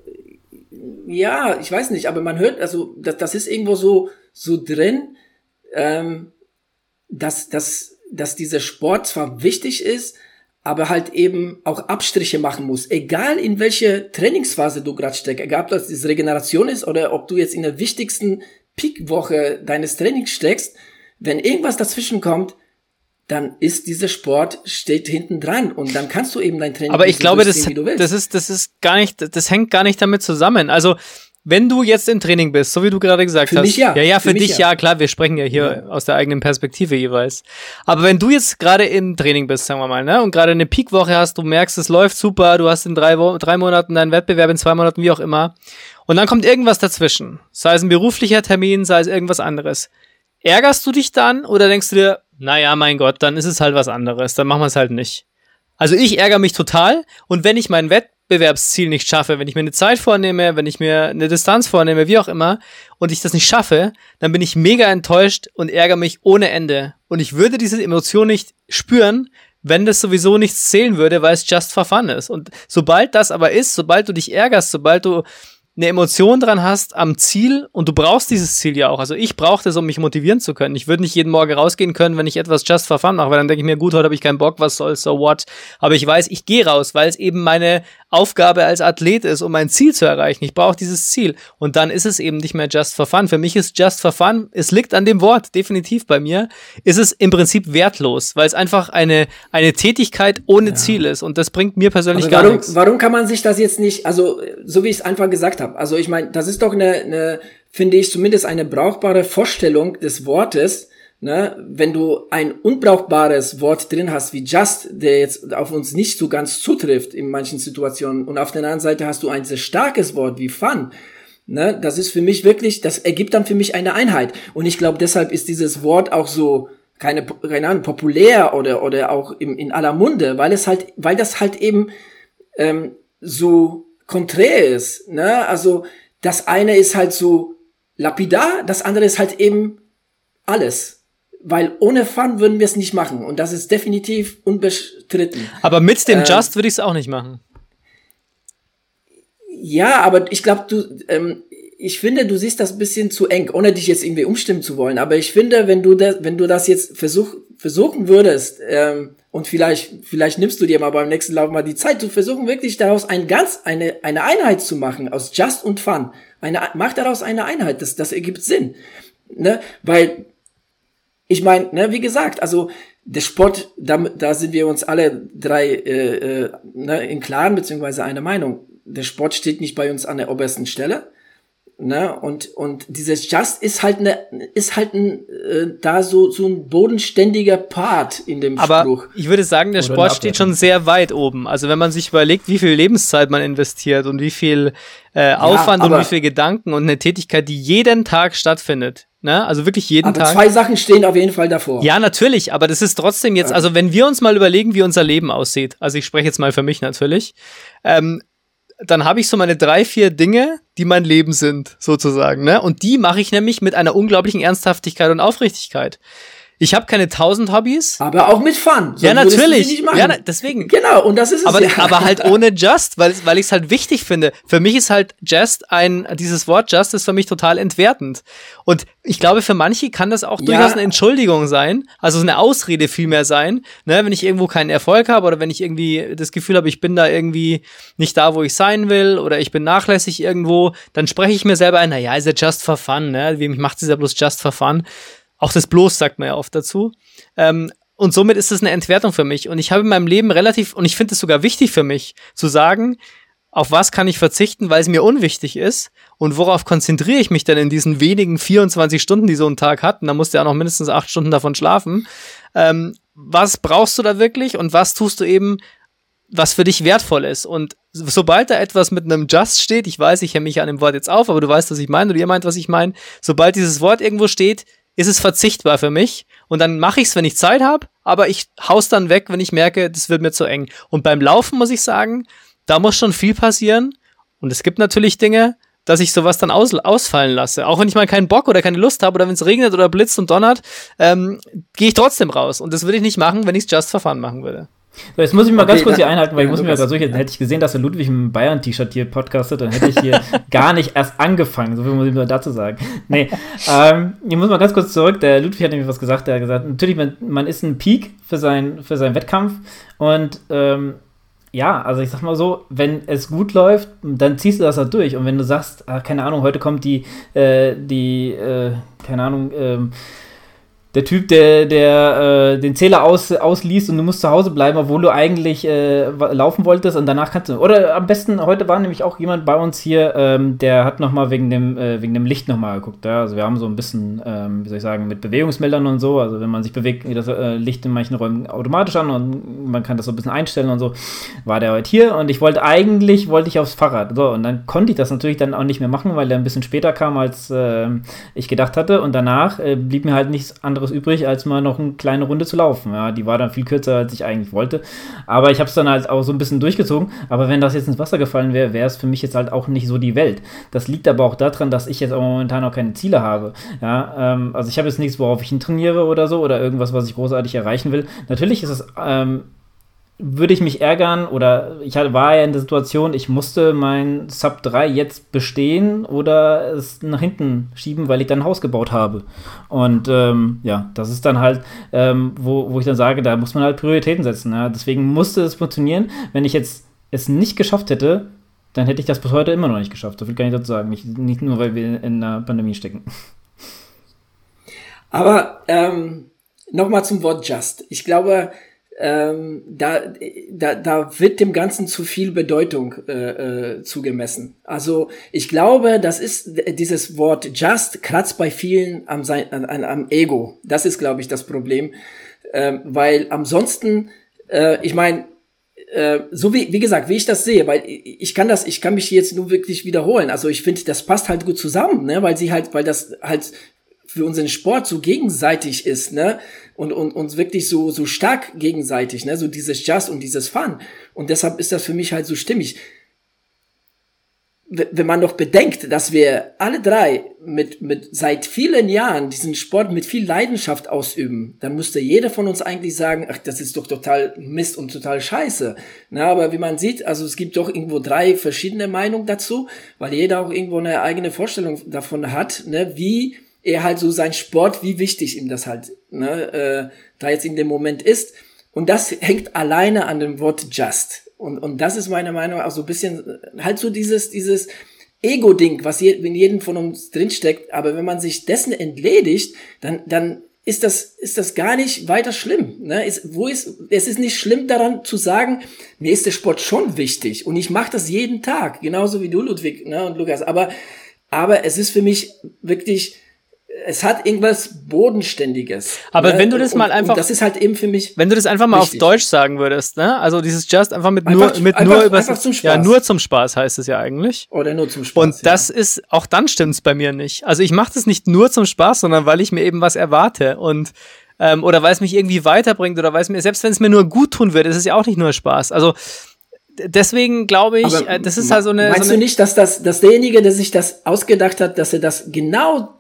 ja, ich weiß nicht, aber man hört, also das, das ist irgendwo so so drin, ähm, dass, dass, dass dieser Sport zwar wichtig ist, aber halt eben auch Abstriche machen muss. Egal in welche Trainingsphase du gerade steckst, egal ob das diese Regeneration ist oder ob du jetzt in der wichtigsten Peakwoche deines Trainings steckst, wenn irgendwas dazwischen kommt, dann ist dieser Sport, steht hinten dran und dann kannst du eben dein Training aber ich glaube, das, wie du willst. das ist, das ist gar nicht, das hängt gar nicht damit zusammen. Also, wenn du jetzt im Training bist, so wie du gerade gesagt für hast. Mich ja. Ja, ja, für, für dich ja. ja, klar, wir sprechen ja hier ja. aus der eigenen Perspektive jeweils. Aber wenn du jetzt gerade im Training bist, sagen wir mal, ne, und gerade eine Peakwoche hast, du merkst, es läuft super, du hast in drei, Wo- drei Monaten deinen Wettbewerb, in zwei Monaten, wie auch immer, und dann kommt irgendwas dazwischen, sei es ein beruflicher Termin, sei es irgendwas anderes. Ärgerst du dich dann oder denkst du dir, naja, mein Gott, dann ist es halt was anderes, dann machen wir es halt nicht. Also ich ärgere mich total und wenn ich meinen Wettbewerbsziel nicht schaffe, wenn ich mir eine Zeit vornehme, wenn ich mir eine Distanz vornehme, wie auch immer, und ich das nicht schaffe, dann bin ich mega enttäuscht und ärgere mich ohne Ende. Und ich würde diese Emotion nicht spüren, wenn das sowieso nichts zählen würde, weil es just for fun ist. Und sobald das aber ist, sobald du dich ärgerst, sobald du eine Emotion dran hast am Ziel und du brauchst dieses Ziel ja auch. Also ich brauche das, um mich motivieren zu können. Ich würde nicht jeden Morgen rausgehen können, wenn ich etwas just for fun mache, weil dann denke ich mir, gut, heute habe ich keinen Bock, was soll's, so what. Aber ich weiß, ich gehe raus, weil es eben meine Aufgabe als Athlet ist, um mein Ziel zu erreichen. Ich brauche dieses Ziel. Und dann ist es eben nicht mehr just for fun. Für mich ist just for fun, es liegt an dem Wort, definitiv bei mir, ist es im Prinzip wertlos, weil es einfach eine, eine Tätigkeit ohne ja. Ziel ist. Und das bringt mir persönlich Aber gar warum, nichts. Warum kann man sich das jetzt nicht, also so wie ich es einfach gesagt habe, also ich meine, das ist doch eine, eine, finde ich, zumindest eine brauchbare Vorstellung des Wortes. Ne, wenn du ein unbrauchbares Wort drin hast wie just, der jetzt auf uns nicht so ganz zutrifft in manchen Situationen, und auf der anderen Seite hast du ein sehr starkes Wort wie fun, ne, das ist für mich wirklich, das ergibt dann für mich eine Einheit. Und ich glaube, deshalb ist dieses Wort auch so, keine, keine Ahnung, populär oder, oder auch im, in aller Munde, weil es halt, weil das halt eben ähm, so konträr ist. Ne? Also das eine ist halt so lapidar, das andere ist halt eben alles. Weil ohne Fun würden wir es nicht machen. Und das ist definitiv unbestritten. Aber mit dem ähm, Just würde ich es auch nicht machen. Ja, aber ich glaube, du, ähm, ich finde, du siehst das ein bisschen zu eng, ohne dich jetzt irgendwie umstimmen zu wollen. Aber ich finde, wenn du das, wenn du das jetzt versuch, versuchen würdest, ähm, und vielleicht, vielleicht nimmst du dir mal beim nächsten Lauf mal die Zeit, zu versuchen wirklich daraus ein ganz, eine, eine Einheit zu machen, aus Just und Fun. Eine, mach daraus eine Einheit. Das, das ergibt Sinn. Ne? Weil, ich meine, ne, wie gesagt, also der Sport, da, da sind wir uns alle drei äh, äh, ne, im Klaren, beziehungsweise einer Meinung. Der Sport steht nicht bei uns an der obersten Stelle. Ne? Und und dieses Just ist halt ne, ist halt ein äh, da so so ein bodenständiger Part in dem Aber Spruch. Ich würde sagen, der Oder Sport steht schon sehr weit oben. Also wenn man sich überlegt, wie viel Lebenszeit man investiert und wie viel äh, Aufwand ja, und wie viel Gedanken und eine Tätigkeit, die jeden Tag stattfindet. Ne? Also wirklich jeden aber Tag. Zwei Sachen stehen auf jeden Fall davor. Ja, natürlich, aber das ist trotzdem jetzt, also wenn wir uns mal überlegen, wie unser Leben aussieht, also ich spreche jetzt mal für mich natürlich, ähm, dann habe ich so meine drei, vier Dinge, die mein Leben sind, sozusagen, ne? Und die mache ich nämlich mit einer unglaublichen Ernsthaftigkeit und Aufrichtigkeit. Ich habe keine tausend Hobbys. Aber auch mit Fun. Ja, natürlich. Ja, na, deswegen. Genau, und das ist es aber, ja. aber halt ohne Just, weil, weil ich es halt wichtig finde. Für mich ist halt Just ein, dieses Wort Just ist für mich total entwertend. Und ich glaube, für manche kann das auch ja. durchaus eine Entschuldigung sein, also eine Ausrede vielmehr sein, ne, wenn ich irgendwo keinen Erfolg habe oder wenn ich irgendwie das Gefühl habe, ich bin da irgendwie nicht da, wo ich sein will oder ich bin nachlässig irgendwo, dann spreche ich mir selber ein, naja, ist ja just for fun, ne, wie mich macht es ja bloß just for fun. Auch das bloß sagt man ja oft dazu. Ähm, und somit ist es eine Entwertung für mich. Und ich habe in meinem Leben relativ, und ich finde es sogar wichtig für mich, zu sagen, auf was kann ich verzichten, weil es mir unwichtig ist und worauf konzentriere ich mich denn in diesen wenigen vierundzwanzig Stunden, die so ein Tag hat, und da musst du ja noch mindestens acht Stunden davon schlafen. Ähm, was brauchst du da wirklich und was tust du eben, was für dich wertvoll ist? Und sobald da etwas mit einem Just steht, ich weiß, ich hänge mich an dem Wort jetzt auf, aber du weißt, was ich meine oder ihr meint, was ich meine, sobald dieses Wort irgendwo steht, ist es verzichtbar für mich und dann mache ich es, wenn ich Zeit habe, aber ich hau's dann weg, wenn ich merke, das wird mir zu eng. Und beim Laufen muss ich sagen, da muss schon viel passieren und es gibt natürlich Dinge, dass ich sowas dann aus, ausfallen lasse. Auch wenn ich mal keinen Bock oder keine Lust habe oder wenn es regnet oder blitzt und donnert, ähm, gehe ich trotzdem raus. Und das würde ich nicht machen, wenn ich es just for fun machen würde. So, jetzt muss ich mal okay, ganz kurz dann, hier einhalten, weil ja, ich muss mir gerade so, hätte ich gesehen, dass der Ludwig ein Bayern-T-Shirt hier podcastet, dann hätte ich hier gar nicht erst angefangen. So viel muss ich nur dazu sagen. Nee, ähm, ich muss mal ganz kurz zurück. Der Ludwig hat nämlich was gesagt. Der hat gesagt, natürlich, man, man ist ein Peak für, sein, für seinen Wettkampf und ähm, ja, also ich sag mal so, wenn es gut läuft, dann ziehst du das halt durch. Und wenn du sagst, ach, keine Ahnung, heute kommt die, äh, die, äh, keine Ahnung, ähm, der Typ, der, der äh, den Zähler aus, ausliest und du musst zu Hause bleiben, obwohl du eigentlich äh, laufen wolltest und danach kannst du, oder am besten, heute war nämlich auch jemand bei uns hier, ähm, der hat nochmal wegen dem, äh, wegen dem Licht nochmal geguckt, ja? Also wir haben so ein bisschen, ähm, wie soll ich sagen, mit Bewegungsmeldern und so, also wenn man sich bewegt, geht das äh, Licht in manchen Räumen automatisch an und man kann das so ein bisschen einstellen und so, war der heute hier und ich wollte eigentlich, wollte ich aufs Fahrrad, so, und dann konnte ich das natürlich dann auch nicht mehr machen, weil der ein bisschen später kam, als äh, ich gedacht hatte und danach äh, blieb mir halt nichts anderes übrig, als mal noch eine kleine Runde zu laufen. Ja, die war dann viel kürzer, als ich eigentlich wollte. Aber ich habe es dann halt auch so ein bisschen durchgezogen. Aber wenn das jetzt ins Wasser gefallen wäre, wäre es für mich jetzt halt auch nicht so die Welt. Das liegt aber auch daran, dass ich jetzt auch momentan auch keine Ziele habe. Ja, ähm, also ich habe jetzt nichts, worauf ich hin trainiere oder so oder irgendwas, was ich großartig erreichen will. Natürlich ist es ähm, würde ich mich ärgern oder ich war ja in der Situation, ich musste mein Sub drei jetzt bestehen oder es nach hinten schieben, weil ich dann ein Haus gebaut habe. Und ähm, ja, das ist dann halt, ähm, wo, wo ich dann sage, da muss man halt Prioritäten setzen. Ja? Deswegen musste es funktionieren. Wenn ich jetzt es nicht geschafft hätte, dann hätte ich das bis heute immer noch nicht geschafft. So viel kann ich dazu sagen. Nicht, nicht nur, weil wir in einer Pandemie stecken. Aber ähm, nochmal zum Wort just. Ich glaube, ähm, da, da, da wird dem Ganzen zu viel Bedeutung äh, äh, zugemessen. Also ich glaube, das ist dieses Wort just kratzt bei vielen am, an, am Ego. Das ist, glaube ich, das Problem. Ähm, weil ansonsten, äh, ich meine, so wie, wie gesagt, wie ich das sehe, weil ich kann das, ich kann mich jetzt nur wirklich wiederholen. Also ich finde, das passt halt gut zusammen, ne, weil sie halt, weil das halt für unseren Sport so gegenseitig ist, ne, und, und, und wirklich so, so stark gegenseitig, ne, so dieses Just und dieses Fun. Und deshalb ist das für mich halt so stimmig. Wenn man doch bedenkt, dass wir alle drei mit, mit seit vielen Jahren diesen Sport mit viel Leidenschaft ausüben, dann müsste jeder von uns eigentlich sagen, ach, das ist doch total Mist und total scheiße. Na, aber wie man sieht, also es gibt doch irgendwo drei verschiedene Meinungen dazu, weil jeder auch irgendwo eine eigene Vorstellung davon hat, ne, wie er halt so sein Sport, wie wichtig ihm das halt, ne, äh, da jetzt in dem Moment ist. Und das hängt alleine an dem Wort just. Und, und das ist meiner Meinung nach auch so ein bisschen halt so dieses, dieses Ego-Ding, was je, in jedem von uns drinsteckt. Aber wenn man sich dessen entledigt, dann, dann ist das, ist das gar nicht weiter schlimm, ne? Ist, wo ist, es ist nicht schlimm daran zu sagen, mir ist der Sport schon wichtig und ich mache das jeden Tag, genauso wie du, Ludwig, ne, und Lukas. Aber, aber es ist für mich wirklich, es hat irgendwas Bodenständiges. Aber ne? wenn du das und, mal einfach, und das ist halt eben für mich, wenn du das einfach mal wichtig. Auf Deutsch sagen würdest, ne? Also dieses Just einfach mit einfach, nur, mit einfach, nur über, einfach zum Spaß. Ja, nur zum Spaß heißt es ja eigentlich. Oder nur zum Spaß. Und das ja. ist, auch dann stimmt's bei mir nicht. Also ich mache das nicht nur zum Spaß, sondern weil ich mir eben was erwarte und ähm, oder weil es mich irgendwie weiterbringt oder weil es mir, selbst wenn es mir nur gut tun wird, ist es ja auch nicht nur Spaß. Also deswegen glaube ich, aber das ist halt so eine. Meinst so eine du nicht, dass das, dass derjenige, der sich das ausgedacht hat, dass er das genau,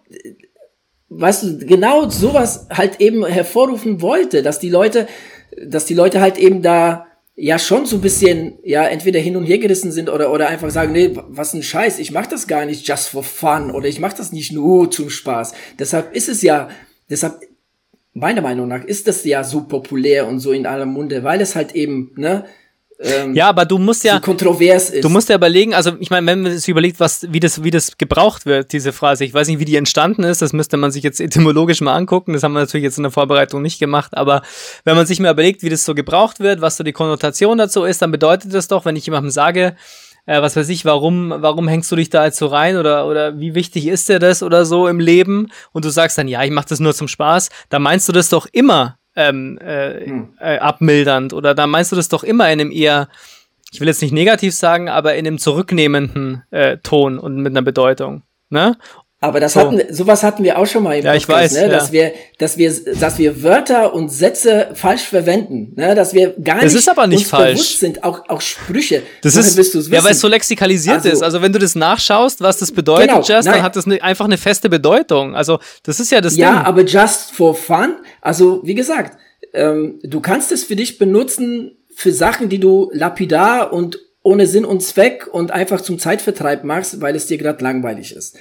weißt du, genau sowas halt eben hervorrufen wollte, dass die Leute, dass die Leute halt eben da ja schon so ein bisschen, ja, entweder hin und her gerissen sind oder, oder einfach sagen, nee, was ein Scheiß, ich mach das gar nicht just for fun oder ich mach das nicht nur zum Spaß. Deshalb ist es ja, deshalb, meiner Meinung nach, ist das ja so populär und so in aller Munde, weil es halt eben, ne, Ähm, ja, aber du musst ja so kontrovers ist. Du musst ja überlegen, also ich meine, wenn man sich überlegt, was, wie das, wie das gebraucht wird, diese Phrase, ich weiß nicht, wie die entstanden ist, das müsste man sich jetzt etymologisch mal angucken, das haben wir natürlich jetzt in der Vorbereitung nicht gemacht, aber wenn man sich mal überlegt, wie das so gebraucht wird, was so die Konnotation dazu ist, dann bedeutet das doch, wenn ich jemandem sage, äh, was weiß ich, warum, warum hängst du dich da jetzt so rein oder, oder wie wichtig ist dir das oder so im Leben und du sagst dann, ja, ich mach das nur zum Spaß, dann meinst du das doch immer Ähm, äh, hm. äh, abmildernd oder da meinst du das doch immer in einem eher, ich will jetzt nicht negativ sagen, aber in einem zurücknehmenden äh, Ton und mit einer Bedeutung, ne? Aber das so. hatten, sowas hatten wir auch schon mal im ja, Podcast, ich weiß, ne? ja. dass wir, dass wir, dass wir Wörter und Sätze falsch verwenden, ne? Dass wir gar das nicht, ist aber nicht uns falsch. bewusst sind, auch, auch Sprüche. Das Woher ist, willst du's wissen? ja, weil es so lexikalisiert also, ist. Also wenn du das nachschaust, was das bedeutet, genau, Just, nein. dann hat das ne, einfach eine feste Bedeutung. Also das ist ja das ja, Ding. aber just for fun, also wie gesagt, ähm, du kannst es für dich benutzen für Sachen, die du lapidar und ohne Sinn und Zweck und einfach zum Zeitvertreib machst, weil es dir gerade langweilig ist.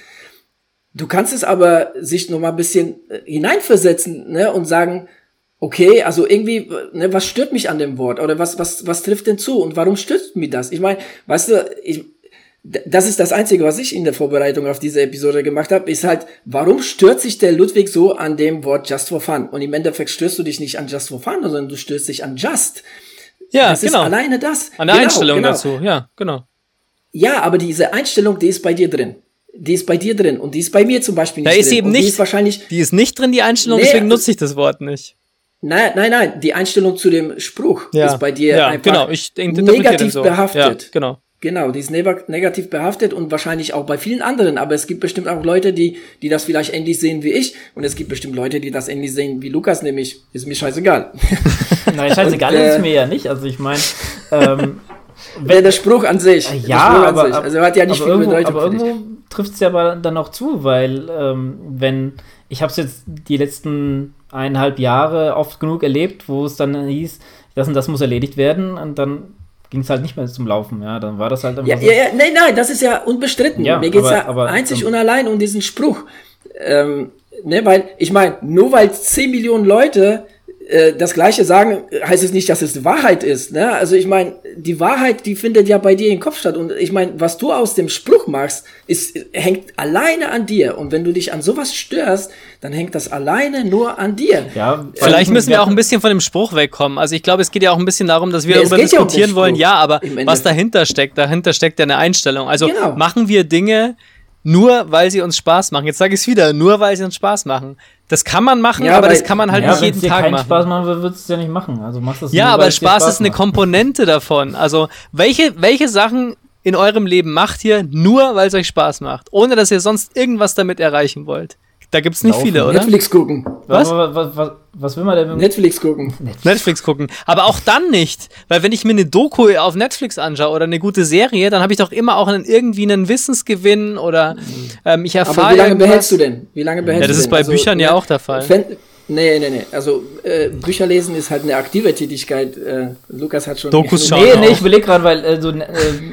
Du kannst es aber sich noch mal ein bisschen hineinversetzen, ne, und sagen, okay, also irgendwie, ne, was stört mich an dem Wort oder was was was trifft denn zu und warum stört mich das? Ich meine, weißt du, ich das ist das Einzige, was ich in der Vorbereitung auf diese Episode gemacht habe, ist halt, warum stört sich der Ludwig so an dem Wort just for fun? Und im Endeffekt störst du dich nicht an just for fun, sondern du störst dich an just. Ja, das genau. ist alleine das. An der genau, Einstellung genau. dazu, ja, genau. Ja, aber diese Einstellung, die ist bei dir drin. Die ist bei dir drin und die ist bei mir zum Beispiel nicht da ist drin. sie eben und nicht, die ist wahrscheinlich, die ist nicht drin, die Einstellung, nee, deswegen nutze ich das Wort nicht. Nein, nein, nein, die Einstellung zu dem Spruch ja. ist bei dir ja, einfach genau. Ich negativ so. behaftet. Ja, genau. Genau, die ist ne- negativ behaftet und wahrscheinlich auch bei vielen anderen, aber es gibt bestimmt auch Leute, die die das vielleicht ähnlich sehen wie ich und es gibt bestimmt Leute, die das ähnlich sehen wie Lukas, nämlich ist mir scheißegal. Nein, scheißegal und, äh, ist es mir ja nicht, also ich meine, ähm, wenn der Spruch an sich, ja, der Spruch aber, an sich. Also hat ja nicht viel irgendwo, Bedeutung. Aber irgendwo trifft es ja aber dann auch zu, weil ähm, wenn, ich habe es jetzt die letzten eineinhalb Jahre oft genug erlebt, wo es dann hieß, das und das muss erledigt werden und dann ging es halt nicht mehr zum Laufen, ja, dann war das halt einfach ja, so. Ja, ja, nein, nein, das ist ja unbestritten. Ja, Mir geht's aber, ja aber, einzig um, und allein um diesen Spruch. Ähm, ne, weil, ich meine, nur weil zehn Millionen Leute äh, das Gleiche sagen, heißt es nicht, dass es Wahrheit ist. Ne? Also ich meine, die Wahrheit, die findet ja bei dir im Kopf statt. Und ich meine, was du aus dem Spruch machst, ist, hängt alleine an dir. Und wenn du dich an sowas störst, dann hängt das alleine nur an dir. Ja, vielleicht müssen wir auch ein bisschen von dem Spruch wegkommen. Also ich glaube, es geht ja auch ein bisschen darum, dass wir Ja, darüber es geht ja um diskutieren den wollen. Spruch Ja, aber im was Endeffekt. dahinter steckt, dahinter steckt ja eine Einstellung. Also Genau. machen wir Dinge nur, weil sie uns Spaß machen. Jetzt sage ich es wieder, nur weil sie uns Spaß machen. Das kann man machen, Ja, aber weil- das kann man halt ja, nicht wenn jeden es dir Tag keinen machen. Spaß machen würde, würdest du es ja nicht machen. Also machst du es Ja, nur, aber weil es dir Spaß ist eine macht. Komponente davon. Also welche, welche Sachen in eurem Leben macht ihr nur, weil es euch Spaß macht, ohne dass ihr sonst irgendwas damit erreichen wollt? Da gibt's nicht Laufen. viele, oder? Netflix gucken. Was? Was, was, was, was will man denn mit Netflix gucken. Netflix gucken. Aber auch dann nicht. Weil wenn ich mir eine Doku auf Netflix anschaue oder eine gute Serie, dann habe ich doch immer auch einen, irgendwie einen Wissensgewinn oder ähm, ich erfahre Aber wie lange irgendwas. behältst du denn? Wie lange behältst Ja, das du ist denn? bei Also, Büchern ja ne, auch der Fall. Fan nee, nee, nee. Also äh, Bücher lesen ist halt eine aktive Tätigkeit. Äh, Lukas hat schon... Dokus genug- schauen. Nee, auch. nee, ich überlege gerade, weil äh, so, äh,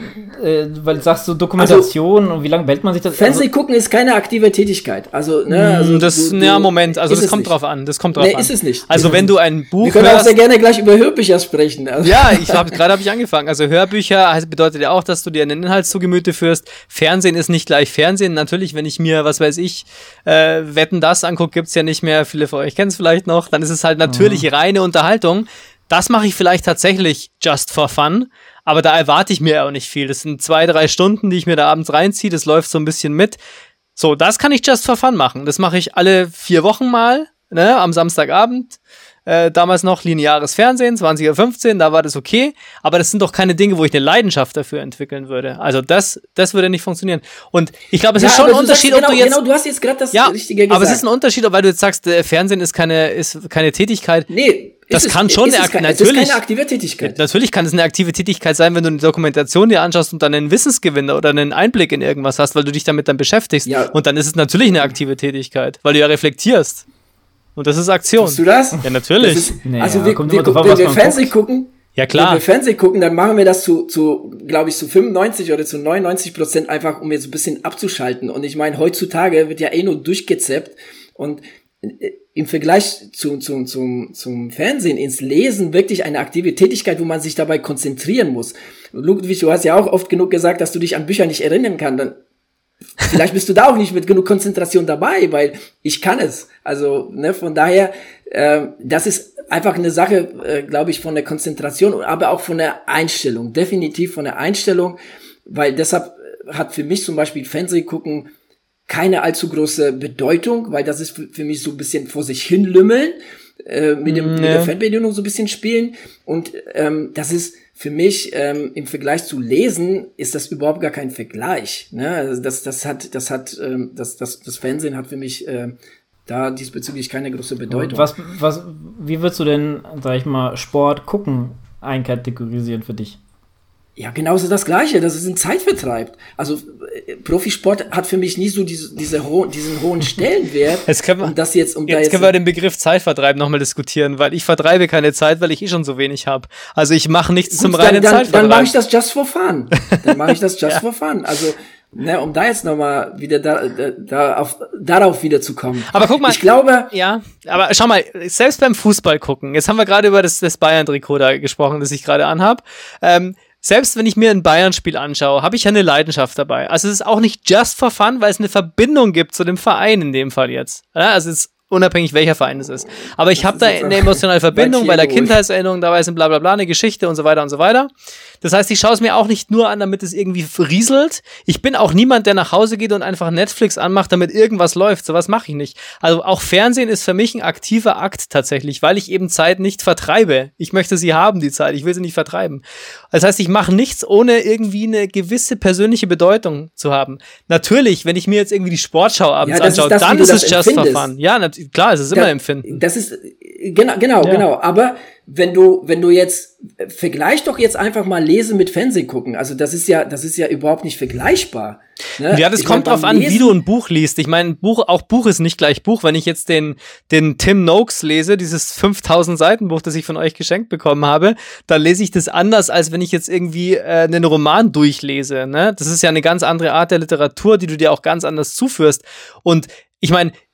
äh, weil du sagst so Dokumentation und wie lange behält man sich das? Fernsehen gucken ist keine aktive Tätigkeit. Also, ne, also das, du, ja, du- Moment, also ist das es kommt nicht. drauf an. Das kommt drauf Nee, an. ist es nicht. Also wenn du ein Buch Wir können auch hörst, sehr gerne gleich über Hörbücher sprechen. Also, ja, ich habe gerade habe ich angefangen. Also Hörbücher heißt- bedeutet ja auch, dass du dir einen Inhalt zu Gemüte führst. Fernsehen ist nicht gleich Fernsehen. Natürlich, wenn ich mir, was weiß ich, äh, Wetten, das angucke, gibt's ja nicht mehr. Viele von euch kennen es vielleicht noch. Dann ist es halt natürlich reine Unterhaltung. Das mache ich vielleicht tatsächlich just for fun. Aber da erwarte ich mir auch nicht viel. Das sind zwei, drei Stunden, die ich mir da abends reinziehe. Das läuft so ein bisschen mit. So, das kann ich just for fun machen. Das mache ich alle vier Wochen mal, ne, am Samstagabend. Äh, damals noch lineares Fernsehen, zwanzig Uhr fünfzehn, da war das okay. Aber das sind doch keine Dinge, wo ich eine Leidenschaft dafür entwickeln würde. Also das, das würde nicht funktionieren. Und ich glaube, es ist ja, schon ein aber du sagst- Unterschied, genau, ob du jetzt... Genau, du hast jetzt gerade das ja, Richtige gesagt. aber es ist ein Unterschied, ob weil du jetzt sagst, äh, Fernsehen ist keine, ist keine Tätigkeit. Nee, Das ist kann es, schon ist eine es Ak- keine, natürlich- Es ist keine aktive Tätigkeit. Natürlich kann es eine aktive Tätigkeit sein, wenn du eine Dokumentation dir anschaust und dann einen Wissensgewinn oder einen Einblick in irgendwas hast, weil du dich damit dann beschäftigst. Ja. Und dann ist es natürlich eine aktive Tätigkeit, weil du ja reflektierst. Und das ist Aktion. Tust du das? Ja, natürlich. Das ist, Naja, also wir, kommt wir, immer drauf an, wenn was wir man Fernsehen guckt. gucken, Ja, wenn klar. wir Fernsehen gucken, dann machen wir das zu, zu glaube ich, zu fünfundneunzig oder zu neunundneunzig Prozent einfach, um jetzt ein bisschen abzuschalten. Und ich meine, heutzutage wird ja eh nur durchgezappt und äh, im Vergleich zu, zu, zum, zum Fernsehen ins Lesen wirklich eine aktive Tätigkeit, wo man sich dabei konzentrieren muss. Ludwig, du hast ja auch oft genug gesagt, dass du dich an Bücher nicht erinnern kannst. Dann vielleicht bist du da auch nicht mit genug Konzentration dabei, weil ich kann es. Also, ne, von daher, äh, das ist einfach eine Sache, äh, glaube ich, von der Konzentration, aber auch von der Einstellung. Definitiv von der Einstellung, weil deshalb hat für mich zum Beispiel Fernsehen gucken keine allzu große Bedeutung, weil das ist für, für mich so ein bisschen vor sich hin lümmeln, äh, mit, dem, mit der Fernbedienung so ein bisschen spielen. Und ähm, das ist für mich ähm, im Vergleich zu Lesen ist das überhaupt gar kein Vergleich. Ne? Also das, das hat, das hat, ähm, das, das, das Fernsehen hat für mich äh, da diesbezüglich keine große Bedeutung. Was, was, wie würdest du denn, sag ich mal, Sport gucken einkategorisieren für dich? Ja, genauso das Gleiche. Das ist ein Zeitvertreib. Also äh, Profisport hat für mich nie so diese, diese ho diesen hohen Stellenwert. Jetzt können wir, um das jetzt, um da jetzt jetzt können wir den Begriff Zeitvertreib nochmal diskutieren, weil ich vertreibe keine Zeit, weil ich eh schon so wenig habe. Also ich mache nichts Gut, zum dann, reinen dann, dann Zeitvertreib. mache ich das just for fun. Dann mache ich das just for fun. Also, ne, um da jetzt nochmal wieder da, da, da auf, darauf wieder zu kommen. Aber guck mal. Ich glaube, Ja, aber schau mal, selbst beim Fußball gucken, jetzt haben wir gerade über das, das Bayern-Trikot da gesprochen, das ich gerade anhab. Ähm, selbst wenn ich mir ein Bayern-Spiel anschaue, habe ich ja eine Leidenschaft dabei. Also es ist auch nicht just for fun, weil es eine Verbindung gibt zu dem Verein in dem Fall jetzt. Ja, also es ist unabhängig, welcher Verein es ist. Aber ich habe da eine emotionale Verbindung, weil da Kindheitserinnerungen dabei sind, bla bla bla, eine Geschichte und so weiter und so weiter. Das heißt, ich schaue es mir auch nicht nur an, damit es irgendwie rieselt. Ich bin auch niemand, der nach Hause geht und einfach Netflix anmacht, damit irgendwas läuft. Sowas mache ich nicht. Also auch Fernsehen ist für mich ein aktiver Akt tatsächlich, weil ich eben Zeit nicht vertreibe. Ich möchte sie haben, die Zeit. Ich will sie nicht vertreiben. Das heißt, ich mache nichts, ohne irgendwie eine gewisse persönliche Bedeutung zu haben. Natürlich, wenn ich mir jetzt irgendwie die Sportschau abends Ja, das ist anschaue, das, wie dann du ist das es just for empfindest. fun. Ja, nat- klar, es ist immer da, Empfinden. das ist, genau, genau, Ja. genau. Aber wenn du, wenn du jetzt, äh, vergleich doch jetzt einfach mal Lesen mit Fernsehen gucken. Also das ist ja, das ist ja überhaupt nicht vergleichbar. Ne? Ja, das Ich kommt mein, drauf beim an, wie Lesen- du ein Buch liest. Ich meine, Buch, auch Buch ist nicht gleich Buch. Wenn ich jetzt den, den Tim Noakes lese, dieses fünftausend Seiten Buch, das ich von euch geschenkt bekommen habe, dann lese ich das anders, als wenn ich jetzt irgendwie äh, einen Roman durchlese. Ne? Das ist ja eine ganz andere Art der Literatur, die du dir auch ganz anders zuführst. Und ich meine,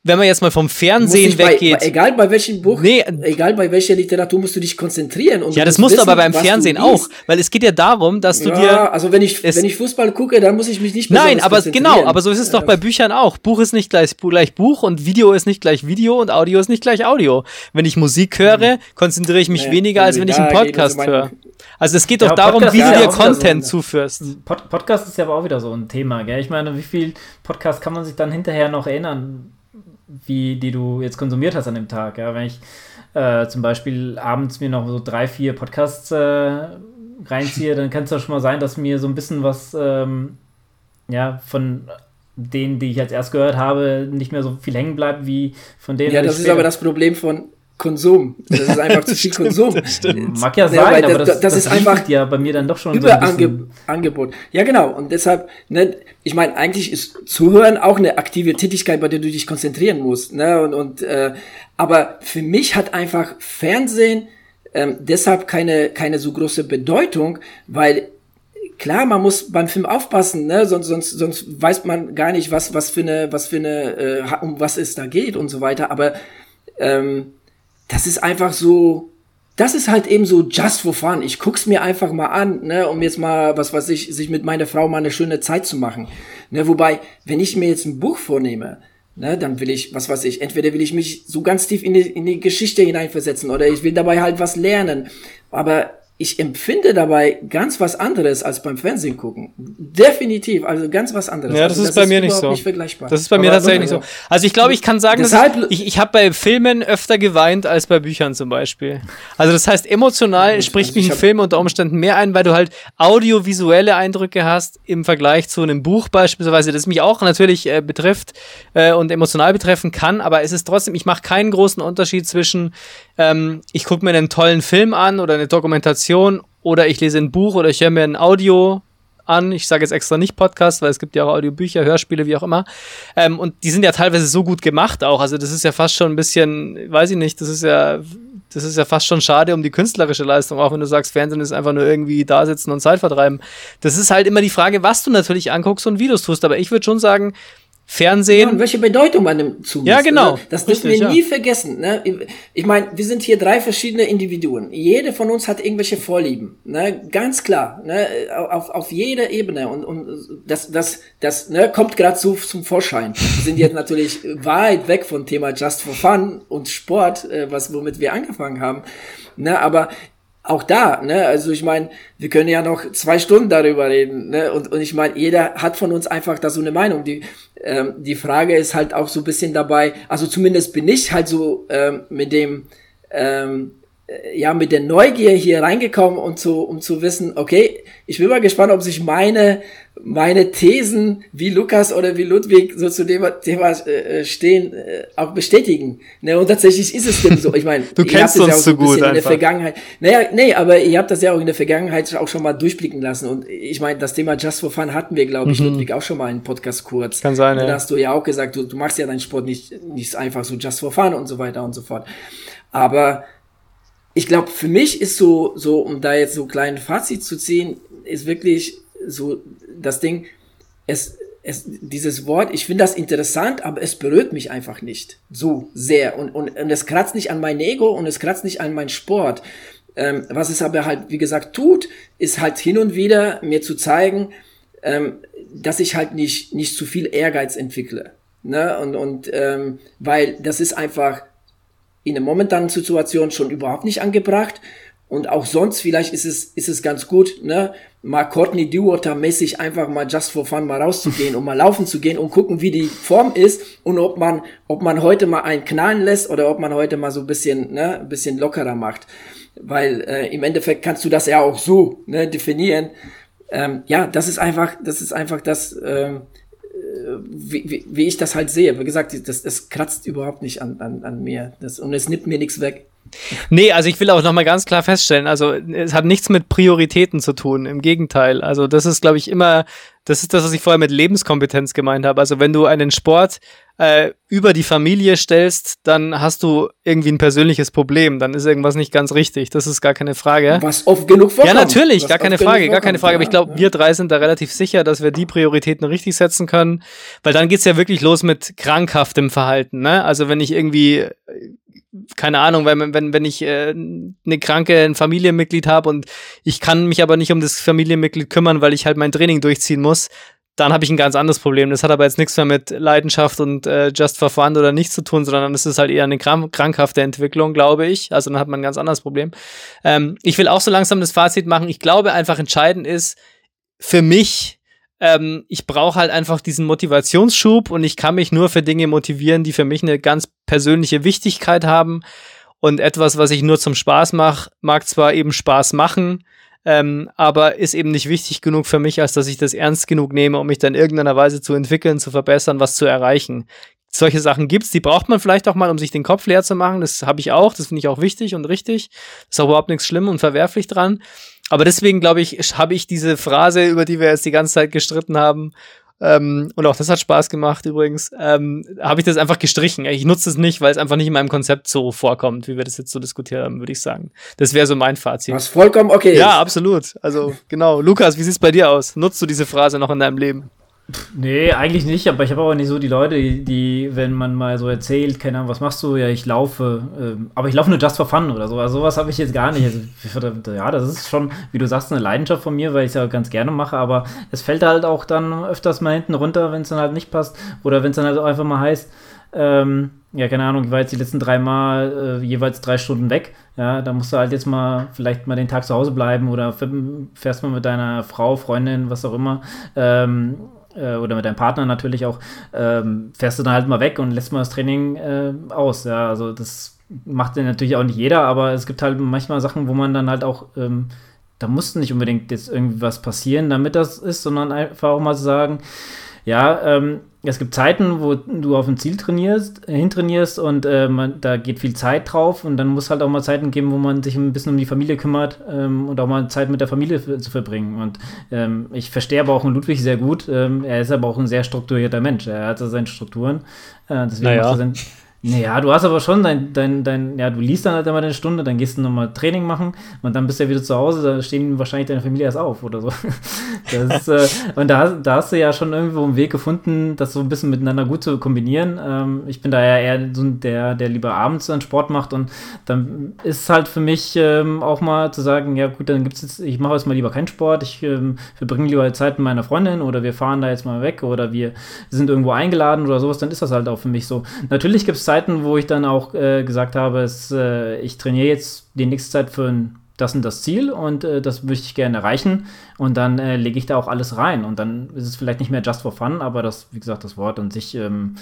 wenn man jetzt mal vom Fernsehen bei, weggeht. Bei, egal bei welchem Buch, nee, egal bei welcher Literatur, musst du dich konzentrieren. Und ja, das musst du aber beim Fernsehen auch, weil es geht ja darum, dass du ja, dir... also wenn ich, wenn ich Fußball gucke, dann muss ich mich nicht Nein, aber genau, aber so ist es doch bei Büchern auch. Buch ist nicht gleich, gleich Buch und Video ist nicht gleich Video und Audio ist nicht gleich Audio. Wenn ich Musik höre, hm. konzentriere ich mich ja, weniger, als wenn ich einen Podcast also höre. Also es geht doch ja, darum, Podcast wie du dir Content so zuführst. Pod- Podcast ist ja aber auch wieder so ein Thema, gell? Ich meine, wie viel Podcast kann man sich dann hinterher noch erinnern, wie die du jetzt konsumiert hast an dem Tag? Ja? Wenn ich äh, zum Beispiel abends mir noch so drei, vier Podcasts äh, reinziehe, dann kann es doch schon mal sein, dass mir so ein bisschen was ähm, ja, von denen, die ich als erst gehört habe, nicht mehr so viel hängen bleibt, wie von denen. Ja, das ist aber das Problem von Konsum. Das ist einfach zu viel Konsum. Mag ja sein, ja, aber das, das, das ist das einfach ja bei mir dann doch schon Überangebot. So ja, genau. Und deshalb, ne, ich meine, eigentlich ist Zuhören auch eine aktive Tätigkeit, bei der du dich konzentrieren musst. Ne? Und, und äh, aber für mich hat einfach Fernsehen ähm, deshalb keine keine so große Bedeutung, weil klar, man muss beim Film aufpassen, ne, sonst sonst sonst weiß man gar nicht, was was für eine was für eine äh, um was es da geht und so weiter. Aber ähm, das ist einfach so, das ist halt eben so just for fun. Ich guck's mir einfach mal an, ne, um jetzt mal, was weiß ich, sich mit meiner Frau mal eine schöne Zeit zu machen. Ne, wobei, wenn ich mir jetzt ein Buch vornehme, ne, dann will ich, was weiß ich, entweder will ich mich so ganz tief in die, in die Geschichte hineinversetzen oder ich will dabei halt was lernen. Aber ich empfinde dabei ganz was anderes als beim Fernsehen gucken. Definitiv, also ganz was anderes. Ja, das also ist das bei ist mir nicht so. Nicht vergleichbar. Das ist bei mir aber tatsächlich also, nicht so. Also ich glaube, ich kann sagen, dass ich, ich, ich habe bei Filmen öfter geweint als bei Büchern zum Beispiel. Also das heißt, emotional spricht also mich ein Film unter Umständen mehr ein, weil du halt audiovisuelle Eindrücke hast im Vergleich zu einem Buch beispielsweise, das mich auch natürlich äh, betrifft äh, und emotional betreffen kann, aber es ist trotzdem, ich mache keinen großen Unterschied zwischen ähm, ich gucke mir einen tollen Film an oder eine Dokumentation oder ich lese ein Buch oder ich höre mir ein Audio an. Ich sage jetzt extra nicht Podcast, weil es gibt ja auch Audiobücher, Hörspiele, wie auch immer. Ähm, und die sind ja teilweise so gut gemacht auch. Also das ist ja fast schon ein bisschen, weiß ich nicht, das ist ja, das ist ja fast schon schade um die künstlerische Leistung, auch wenn du sagst, Fernsehen ist einfach nur irgendwie da sitzen und Zeit vertreiben. Das ist halt immer die Frage, was du natürlich anguckst und wie du es tust. Aber ich würde schon sagen, Fernsehen. Ja, und welche Bedeutung man dem zumisst. Ja, genau. Also, das dürfen wir ja. nie vergessen. Ne? Ich meine, wir sind hier drei verschiedene Individuen. Jede von uns hat irgendwelche Vorlieben. Ne? Ganz klar. Ne? Auf, auf jeder Ebene. Und, und das, das, das ne, kommt gerade so zum Vorschein. Wir sind jetzt natürlich weit weg vom Thema Just for Fun und Sport, was womit wir angefangen haben. Ne? Aber auch da, ne, also ich meine, wir können ja noch zwei Stunden darüber reden, ne, und, und ich meine, jeder hat von uns einfach da so eine Meinung. Die, ähm, die Frage ist halt auch so ein bisschen dabei, also zumindest bin ich halt so ähm, mit dem, ähm, ja, mit der Neugier hier reingekommen, um zu, um zu wissen, okay, ich bin mal gespannt, ob sich meine, meine Thesen, wie Lukas oder wie Ludwig so zu dem Thema äh, stehen, äh, auch bestätigen. Ne, und tatsächlich ist es denn so. Ich meine, du kennst uns ja so gut in einfach. Der Vergangenheit. Naja, nee, aber ihr habt das ja auch in der Vergangenheit auch schon mal durchblicken lassen. Und ich meine, das Thema Just for Fun hatten wir, glaube ich, mhm. Ludwig, auch schon mal in Podcast kurz. Kann sein, ja. Da hast du ja auch gesagt, du, du machst ja deinen Sport nicht, nicht einfach so Just for Fun und so weiter und so fort. Aber ich glaube, für mich ist so, so, um da jetzt so ein kleines Fazit zu ziehen, ist wirklich so das Ding, es, es, dieses Wort, ich finde das interessant, aber es berührt mich einfach nicht so sehr. Und, und, und es kratzt nicht an mein Ego und es kratzt nicht an meinen Sport. Ähm, was es aber halt, wie gesagt, tut, ist halt hin und wieder mir zu zeigen, ähm, dass ich halt nicht, nicht zu viel Ehrgeiz entwickle. Ne? Und, und ähm, weil das ist einfach in der momentanen Situation schon überhaupt nicht angebracht. Und auch sonst, vielleicht ist es, ist es ganz gut, ne, mal Courtney Dewater-mäßig einfach mal just for fun mal rauszugehen und mal laufen zu gehen und gucken, wie die Form ist und ob man, ob man heute mal einen knallen lässt oder ob man heute mal so ein bisschen, ne, ein bisschen lockerer macht. Weil, äh, im Endeffekt kannst du das ja auch so, ne, definieren. Ähm, ja, das ist einfach, das ist einfach das, ähm, Wie, wie, wie ich das halt sehe. Wie gesagt, das, das kratzt überhaupt nicht an, an, an mir. Das, und es nimmt mir nichts weg. Nee, also ich will auch nochmal ganz klar feststellen, also es hat nichts mit Prioritäten zu tun, im Gegenteil. Also das ist, glaube ich, immer, das ist das, was ich vorher mit Lebenskompetenz gemeint habe. Also wenn du einen Sport äh, über die Familie stellst, dann hast du irgendwie ein persönliches Problem, dann ist irgendwas nicht ganz richtig, das ist gar keine Frage. Was oft genug vorkommt. Ja, natürlich, Was gar keine Frage, gar keine Frage, aber ich glaube, ja. wir drei sind da relativ sicher, dass wir die Prioritäten richtig setzen können, weil dann geht's ja wirklich los mit krankhaftem Verhalten, ne? Also wenn ich irgendwie keine Ahnung, weil wenn, wenn ich äh, eine kranke ein Familienmitglied habe und ich kann mich aber nicht um das Familienmitglied kümmern, weil ich halt mein Training durchziehen muss, dann habe ich ein ganz anderes Problem. Das hat aber jetzt nichts mehr mit Leidenschaft und äh, just for fun oder nichts zu tun, sondern das ist halt eher eine krank- krankhafte Entwicklung, glaube ich. Also dann hat man ein ganz anderes Problem. Ähm, ich will auch so langsam das Fazit machen. Ich glaube einfach entscheidend ist für mich, Ähm, ich brauche halt einfach diesen Motivationsschub und ich kann mich nur für Dinge motivieren, die für mich eine ganz persönliche Wichtigkeit haben und etwas, was ich nur zum Spaß mache, mag zwar eben Spaß machen, ähm, aber ist eben nicht wichtig genug für mich, als dass ich das ernst genug nehme, um mich dann in irgendeiner Weise zu entwickeln, zu verbessern, was zu erreichen. Solche Sachen gibt's, die braucht man vielleicht auch mal, um sich den Kopf leer zu machen, das habe ich auch, das finde ich auch wichtig und richtig, ist auch überhaupt nichts schlimm und verwerflich dran. Aber deswegen, glaube ich, habe ich diese Phrase, über die wir jetzt die ganze Zeit gestritten haben, ähm, und auch das hat Spaß gemacht übrigens, ähm, habe ich das einfach gestrichen. Ich nutze es nicht, weil es einfach nicht in meinem Konzept so vorkommt, wie wir das jetzt so diskutiert haben, würde ich sagen. Das wäre so mein Fazit. Was vollkommen okay ist. Ja, absolut. Also genau. Lukas, wie sieht's bei dir aus? Nutzt du diese Phrase noch in deinem Leben? Nee, eigentlich nicht, aber ich habe auch nicht so die Leute, die, die, wenn man mal so erzählt, keine Ahnung, was machst du? Ja, ich laufe, ähm, aber ich laufe nur just for fun oder so. Also sowas habe ich jetzt gar nicht. Also, ja, das ist schon, wie du sagst, eine Leidenschaft von mir, weil ich es ja ganz gerne mache, aber es fällt halt auch dann öfters mal hinten runter, wenn es dann halt nicht passt oder wenn es dann halt auch einfach mal heißt, ähm, ja, keine Ahnung, ich war jetzt die letzten drei Mal äh, jeweils drei Stunden weg. Ja, da musst du halt jetzt mal vielleicht mal den Tag zu Hause bleiben oder fährst mal mit deiner Frau, Freundin, was auch immer, ähm, oder mit deinem Partner natürlich auch, ähm, fährst du dann halt mal weg und lässt mal das Training äh, aus. Ja, also das macht dann natürlich auch nicht jeder, aber es gibt halt manchmal Sachen, wo man dann halt auch, ähm, da muss nicht unbedingt jetzt irgendwie was passieren, damit das ist, sondern einfach auch mal sagen, ja, ähm, es gibt Zeiten, wo du auf ein Ziel trainierst, hintrainierst und äh, man, da geht viel Zeit drauf und dann muss halt auch mal Zeiten geben, wo man sich ein bisschen um die Familie kümmert ähm, und auch mal Zeit mit der Familie f- zu verbringen. Und ähm, ich verstehe aber auch einen Ludwig sehr gut. Ähm, er ist aber auch ein sehr strukturierter Mensch. Er hat so seine Strukturen. Äh, deswegen naja. macht er sein, naja, du hast aber schon dein, dein, dein, ja, du liest dann halt immer eine Stunde, dann gehst du nochmal Training machen und dann bist du ja wieder zu Hause, da stehen wahrscheinlich deine Familie erst auf oder so. Das ist, äh, und da, da hast du ja schon irgendwo einen Weg gefunden, das so ein bisschen miteinander gut zu kombinieren. Ähm, ich bin da ja eher so der, der lieber abends dann Sport macht und dann ist es halt für mich ähm, auch mal zu sagen, ja gut, dann gibt's jetzt, ich mache jetzt mal lieber keinen Sport, ich ähm, verbringe lieber Zeit mit meiner Freundin oder wir fahren da jetzt mal weg oder wir sind irgendwo eingeladen oder sowas, dann ist das halt auch für mich so. Natürlich gibt es Zeiten, wo ich dann auch äh, gesagt habe, es, äh, ich trainiere jetzt die nächste Zeit für ein, das und das Ziel und äh, das möchte ich gerne erreichen und dann äh, lege ich da auch alles rein und dann ist es vielleicht nicht mehr just for fun, aber das, wie gesagt, das Wort an sich, ähm,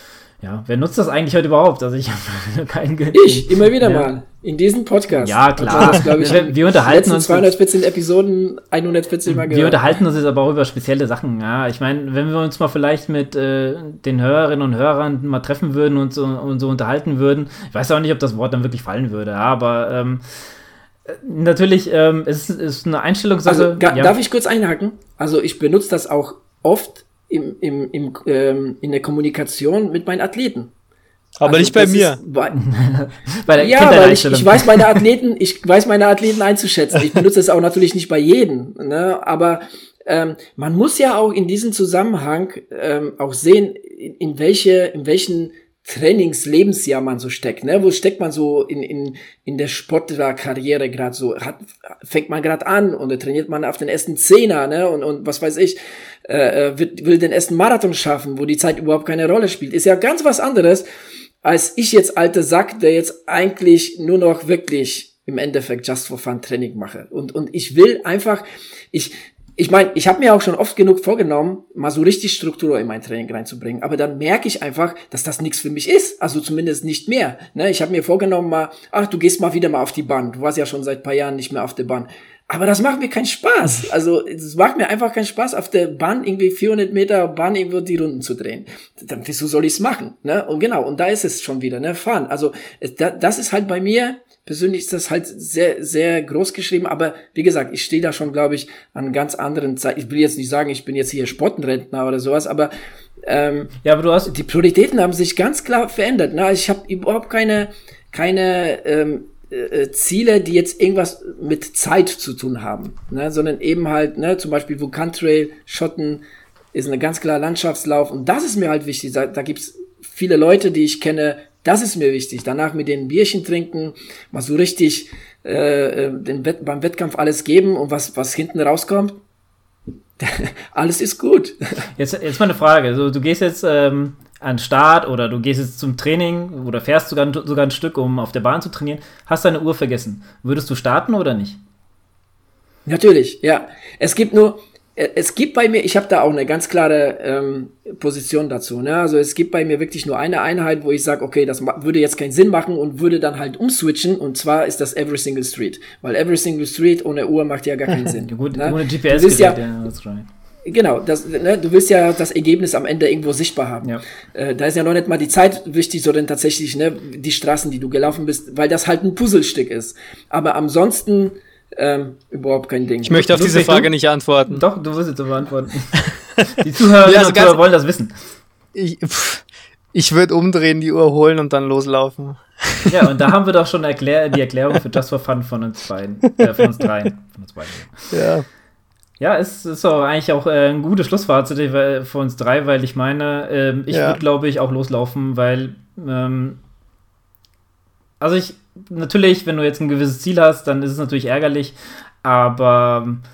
ja, wer nutzt das eigentlich heute überhaupt? Also ich habe keinen Ge- Ich, immer wieder ja. mal. In diesem Podcast. Ja, klar. Das, ich, wir, wir unterhalten uns. zweihundertvierzehn Episoden, hundertvierzig Mal gehört. Wir unterhalten uns jetzt aber auch über spezielle Sachen. Ja, ich meine, wenn wir uns mal vielleicht mit äh, den Hörerinnen und Hörern mal treffen würden und so, und so unterhalten würden, ich weiß auch nicht, ob das Wort dann wirklich fallen würde, aber ähm, natürlich ähm, ist es eine Einstellungssache. Also, ga, ja. Darf ich kurz einhaken? Also ich benutze das auch oft im, im, im, ähm, in der Kommunikation mit meinen Athleten. Aber also nicht bei mir. Ist, bei, bei der ja, weil ich, ich weiß meine Athleten, ich weiß meine Athleten einzuschätzen. Ich benutze es auch natürlich nicht bei jedem, ne? Aber ähm, man muss ja auch in diesem Zusammenhang ähm, auch sehen, in, in welche, in welchen Trainingslebensjahr man so steckt, ne? Wo steckt man so in in in der Sportlerkarriere gerade so? Hat, fängt man gerade an und trainiert man auf den ersten Zehner, ne? Und und was weiß ich, äh, wird, will den ersten Marathon schaffen, wo die Zeit überhaupt keine Rolle spielt. Ist ja ganz was anderes, als ich jetzt alter Sack, der jetzt eigentlich nur noch wirklich im Endeffekt just for fun Training mache. Und und ich will einfach, ich Ich meine, ich habe mir auch schon oft genug vorgenommen, mal so richtig Struktur in mein Training reinzubringen, aber dann merke ich einfach, dass das nichts für mich ist, also zumindest nicht mehr. Ne? Ich habe mir vorgenommen mal, ach, du gehst mal wieder mal auf die Bahn, du warst ja schon seit ein paar Jahren nicht mehr auf der Bahn. Aber das macht mir keinen Spaß. Also, es macht mir einfach keinen Spaß, auf der Bahn irgendwie vierhundert Meter Bahn irgendwo die Runden zu drehen. Dann, wieso soll ich's machen? Ne? Und genau, und da ist es schon wieder, ne? Fahren. Also, es, da, das ist halt bei mir, persönlich ist das halt sehr, sehr groß geschrieben, aber wie gesagt, ich stehe da schon, glaube ich, an ganz anderen Zeiten. Ich will jetzt nicht sagen, ich bin jetzt hier Sportenrentner oder sowas, aber, ähm, ja, aber du hast die Prioritäten haben sich ganz klar verändert. Ne? Ich habe überhaupt keine, keine, ähm, Ziele, die jetzt irgendwas mit Zeit zu tun haben, ne, sondern eben halt, ne, zum Beispiel Vulkantrail, Schotten ist eine ganz klare Landschaftslauf und das ist mir halt wichtig. Da, da gibt's viele Leute, die ich kenne, das ist mir wichtig. Danach mit denen ein Bierchen trinken, mal so richtig äh, den Wett- beim Wettkampf alles geben und was was hinten rauskommt, alles ist gut. Jetzt, jetzt mal eine Frage. Also, du gehst jetzt ähm, an den Start oder du gehst jetzt zum Training oder fährst sogar, sogar ein Stück, um auf der Bahn zu trainieren, hast deine Uhr vergessen. Würdest du starten oder nicht? Natürlich, ja. Es gibt nur, es gibt bei mir, ich habe da auch eine ganz klare ähm, Position dazu. Ne? Also es gibt bei mir wirklich nur eine Einheit, wo ich sage, okay, das ma- würde jetzt keinen Sinn machen und würde dann halt umswitchen. Und zwar ist das Every Single Street. Weil Every Single Street ohne Uhr macht ja gar keinen Sinn. Gut, ne? ohne G P S. Du willst ja, ja, that's right. Genau, das, ne, du willst ja das Ergebnis am Ende irgendwo sichtbar haben. Ja. Äh, da ist ja noch nicht mal die Zeit wichtig, sondern tatsächlich ne, die Straßen, die du gelaufen bist, weil das halt ein Puzzlestück ist. Aber ansonsten ähm, überhaupt kein Ding. Ich möchte auf Du- diese du- Frage nicht antworten. Doch, du wirst jetzt so beantworten. Die Zuhörer Ja, also und ganz- Zuhörer wollen das wissen. Ich, pff, ich würde umdrehen, die Uhr holen und dann loslaufen. Ja, und da haben wir doch schon erklär- die Erklärung für Just for Fun von uns beiden. Äh, von uns dreien. Von uns beiden. Ja. Ja, es ist auch eigentlich auch äh, ein gutes Schlussfazit weil- für uns drei, weil ich meine, ähm, ich Ja. würde, glaube ich, auch loslaufen, weil, ähm, also ich, natürlich, wenn du jetzt ein gewisses Ziel hast, dann ist es natürlich ärgerlich, aber ähm,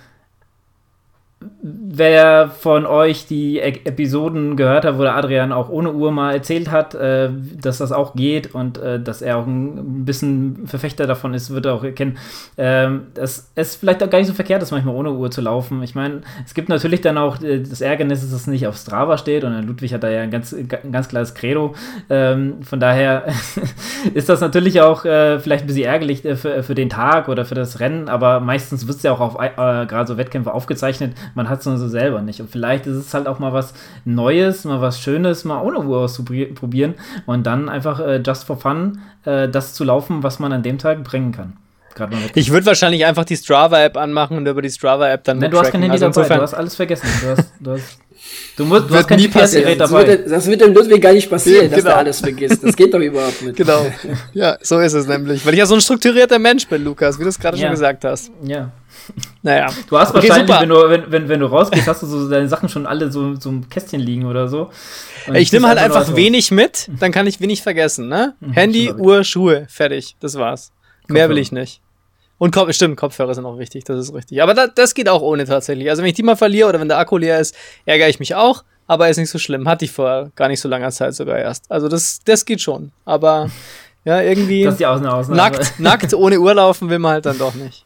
wer von euch die e- Episoden gehört hat, wo der Adrian auch ohne Uhr mal erzählt hat, äh, dass das auch geht und äh, dass er auch ein bisschen Verfechter davon ist, wird er auch erkennen, ähm, dass es vielleicht auch gar nicht so verkehrt ist, manchmal ohne Uhr zu laufen. Ich meine, es gibt natürlich dann auch äh, das Ärgernis, dass es nicht auf Strava steht und Ludwig hat da ja ein ganz, ein ganz klares Credo. Ähm, von daher ist das natürlich auch äh, vielleicht ein bisschen ärgerlich äh, für, für den Tag oder für das Rennen, aber meistens wird es ja auch auf äh, gerade so Wettkämpfe aufgezeichnet. Man hat es nur so selber nicht. Und vielleicht ist es halt auch mal was Neues, mal was Schönes, mal ohne Uhr auszuprobieren und dann einfach äh, just for fun äh, das zu laufen, was man an dem Tag bringen kann. Gerade mal Ich würde wahrscheinlich einfach die Strava-App anmachen und über die Strava-App dann Ne, du hast kein Handy also dabei, insofern, du hast alles vergessen. Du hast, du hast, du musst, du Wird hast kein nie G P S-Gerät das, dabei. wird, das wird dem Ludwig gar nicht passieren, Ja, dass genau. er alles vergisst. Das geht doch überhaupt nicht. Genau. Ja, so ist es nämlich. Weil ich ja so ein strukturierter Mensch bin, Lukas, wie du es gerade Ja. schon gesagt hast. Ja. Naja. Du hast Okay, wahrscheinlich, super. wenn du, wenn, wenn, wenn du rausgehst, hast du so deine Sachen schon alle so, so im Kästchen liegen oder so. Und Ich nehme halt ziehst einfach nur wenig mit, dann kann ich wenig vergessen, ne? Mhm, Handy, stimmt. Uhr, Schuhe, fertig. Das war's. Mehr will Kopfhörer. ich nicht. Und Kopf, stimmt, Kopfhörer sind auch wichtig, das ist richtig. Aber da, das geht auch ohne tatsächlich. Also wenn ich die mal verliere oder wenn der Akku leer ist, ärgere ich mich auch, aber ist nicht so schlimm. Hatte ich vor gar nicht so langer Zeit sogar erst. Also das, das geht schon. Aber ja, irgendwie Das ist die Ausnahme. Ausnahme. nackt, nackt ohne Uhr laufen will man halt dann doch nicht.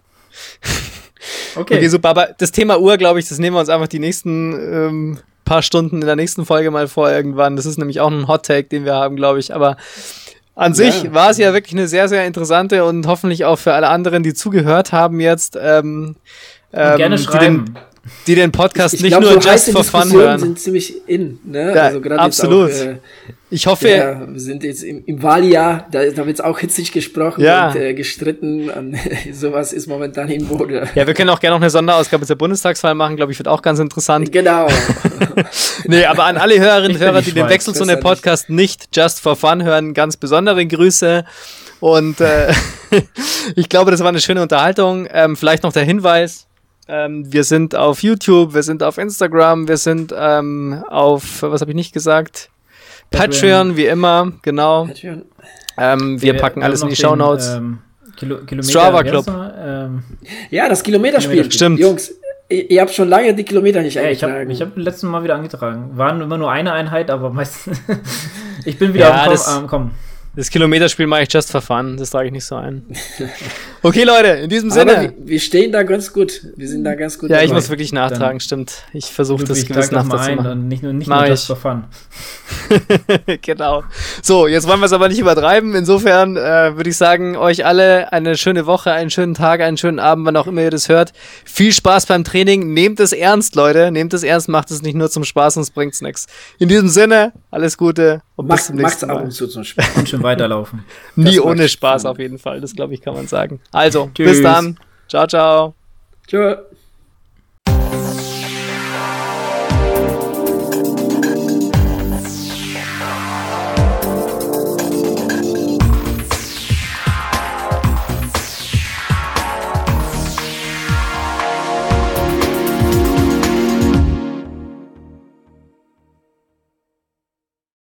Okay. Okay, super. Aber das Thema Uhr, glaube ich, das nehmen wir uns einfach die nächsten ähm, paar Stunden in der nächsten Folge mal vor irgendwann. Das ist nämlich auch ein Hot-Take, den wir haben, glaube ich. Aber an sich Ja. war es ja wirklich eine sehr, sehr interessante und hoffentlich auch für alle anderen, die zugehört haben jetzt, ähm, ähm, gerne die, schreiben. den, die den Podcast Ich nicht glaube, nur so just heiße for fun Diskussionen hören. sind ziemlich in. Ne? Ja, also gerade absolut. Jetzt auch, äh, Ich hoffe, ja, wir sind jetzt im, im Wahljahr, da, da wird es auch hitzig gesprochen Ja. und äh, gestritten. Und sowas ist momentan in Mode. ja, wir können auch gerne noch eine Sonderausgabe zur Bundestagswahl machen, glaube ich, wird auch ganz interessant. Genau. Nee, aber an alle Hörerinnen Ich und bin Hörer, die die den Schweiz, Wechsel zu besser einem Podcast nicht just for fun hören, ganz besondere Grüße. Und äh, ich glaube, das war eine schöne Unterhaltung. Ähm, vielleicht noch der Hinweis. Ähm, wir sind auf YouTube, wir sind auf Instagram, wir sind ähm, auf, was habe ich nicht gesagt? Patreon, Patreon. wie immer, genau. Patreon. Ähm, wir packen haben alles in noch die den, Shownotes. Ähm, Kilo, Kilometer, Strava wie heißt Club. das noch? Ähm, Ja, das Kilometerspiel. Kilometerspiel. Stimmt. Jungs, ihr, ihr habt schon lange die Kilometer nicht ja, ich habe eingetragen. ich hab letztes Mal wieder angetragen. Waren immer nur eine Einheit, aber meistens. Ich bin wieder Ja, am das- Kommen. am Kommen. Das Kilometerspiel mache ich just for fun, das trage ich nicht so ein. Okay, Leute, in diesem Aber Sinne. wir, wir stehen da ganz gut. Wir sind da ganz gut Ja, ich dabei. muss wirklich nachtragen, stimmt. Ich versuche das Ludwig, trag gewissenhaft das mal zu ein machen. und nicht nur, nicht Mach nur ich. just for fun. Genau. So, jetzt wollen wir es aber nicht übertreiben. Insofern äh, würde ich sagen, euch alle eine schöne Woche, einen schönen Tag, einen schönen Abend, wann auch immer ihr das hört. Viel Spaß beim Training. Nehmt es ernst, Leute. Nehmt es ernst, macht es nicht nur zum Spaß, sonst bringt es nichts. In diesem Sinne, alles Gute und Macht, bis zum nächsten Mal. Macht's ab und zu zum Spaß. Und schön weiterlaufen. Nie Das ohne macht Spaß Spaß. auf jeden Fall. Das, glaube ich, kann man sagen. Also, Tschüss. bis dann. Ciao, ciao. Tschö.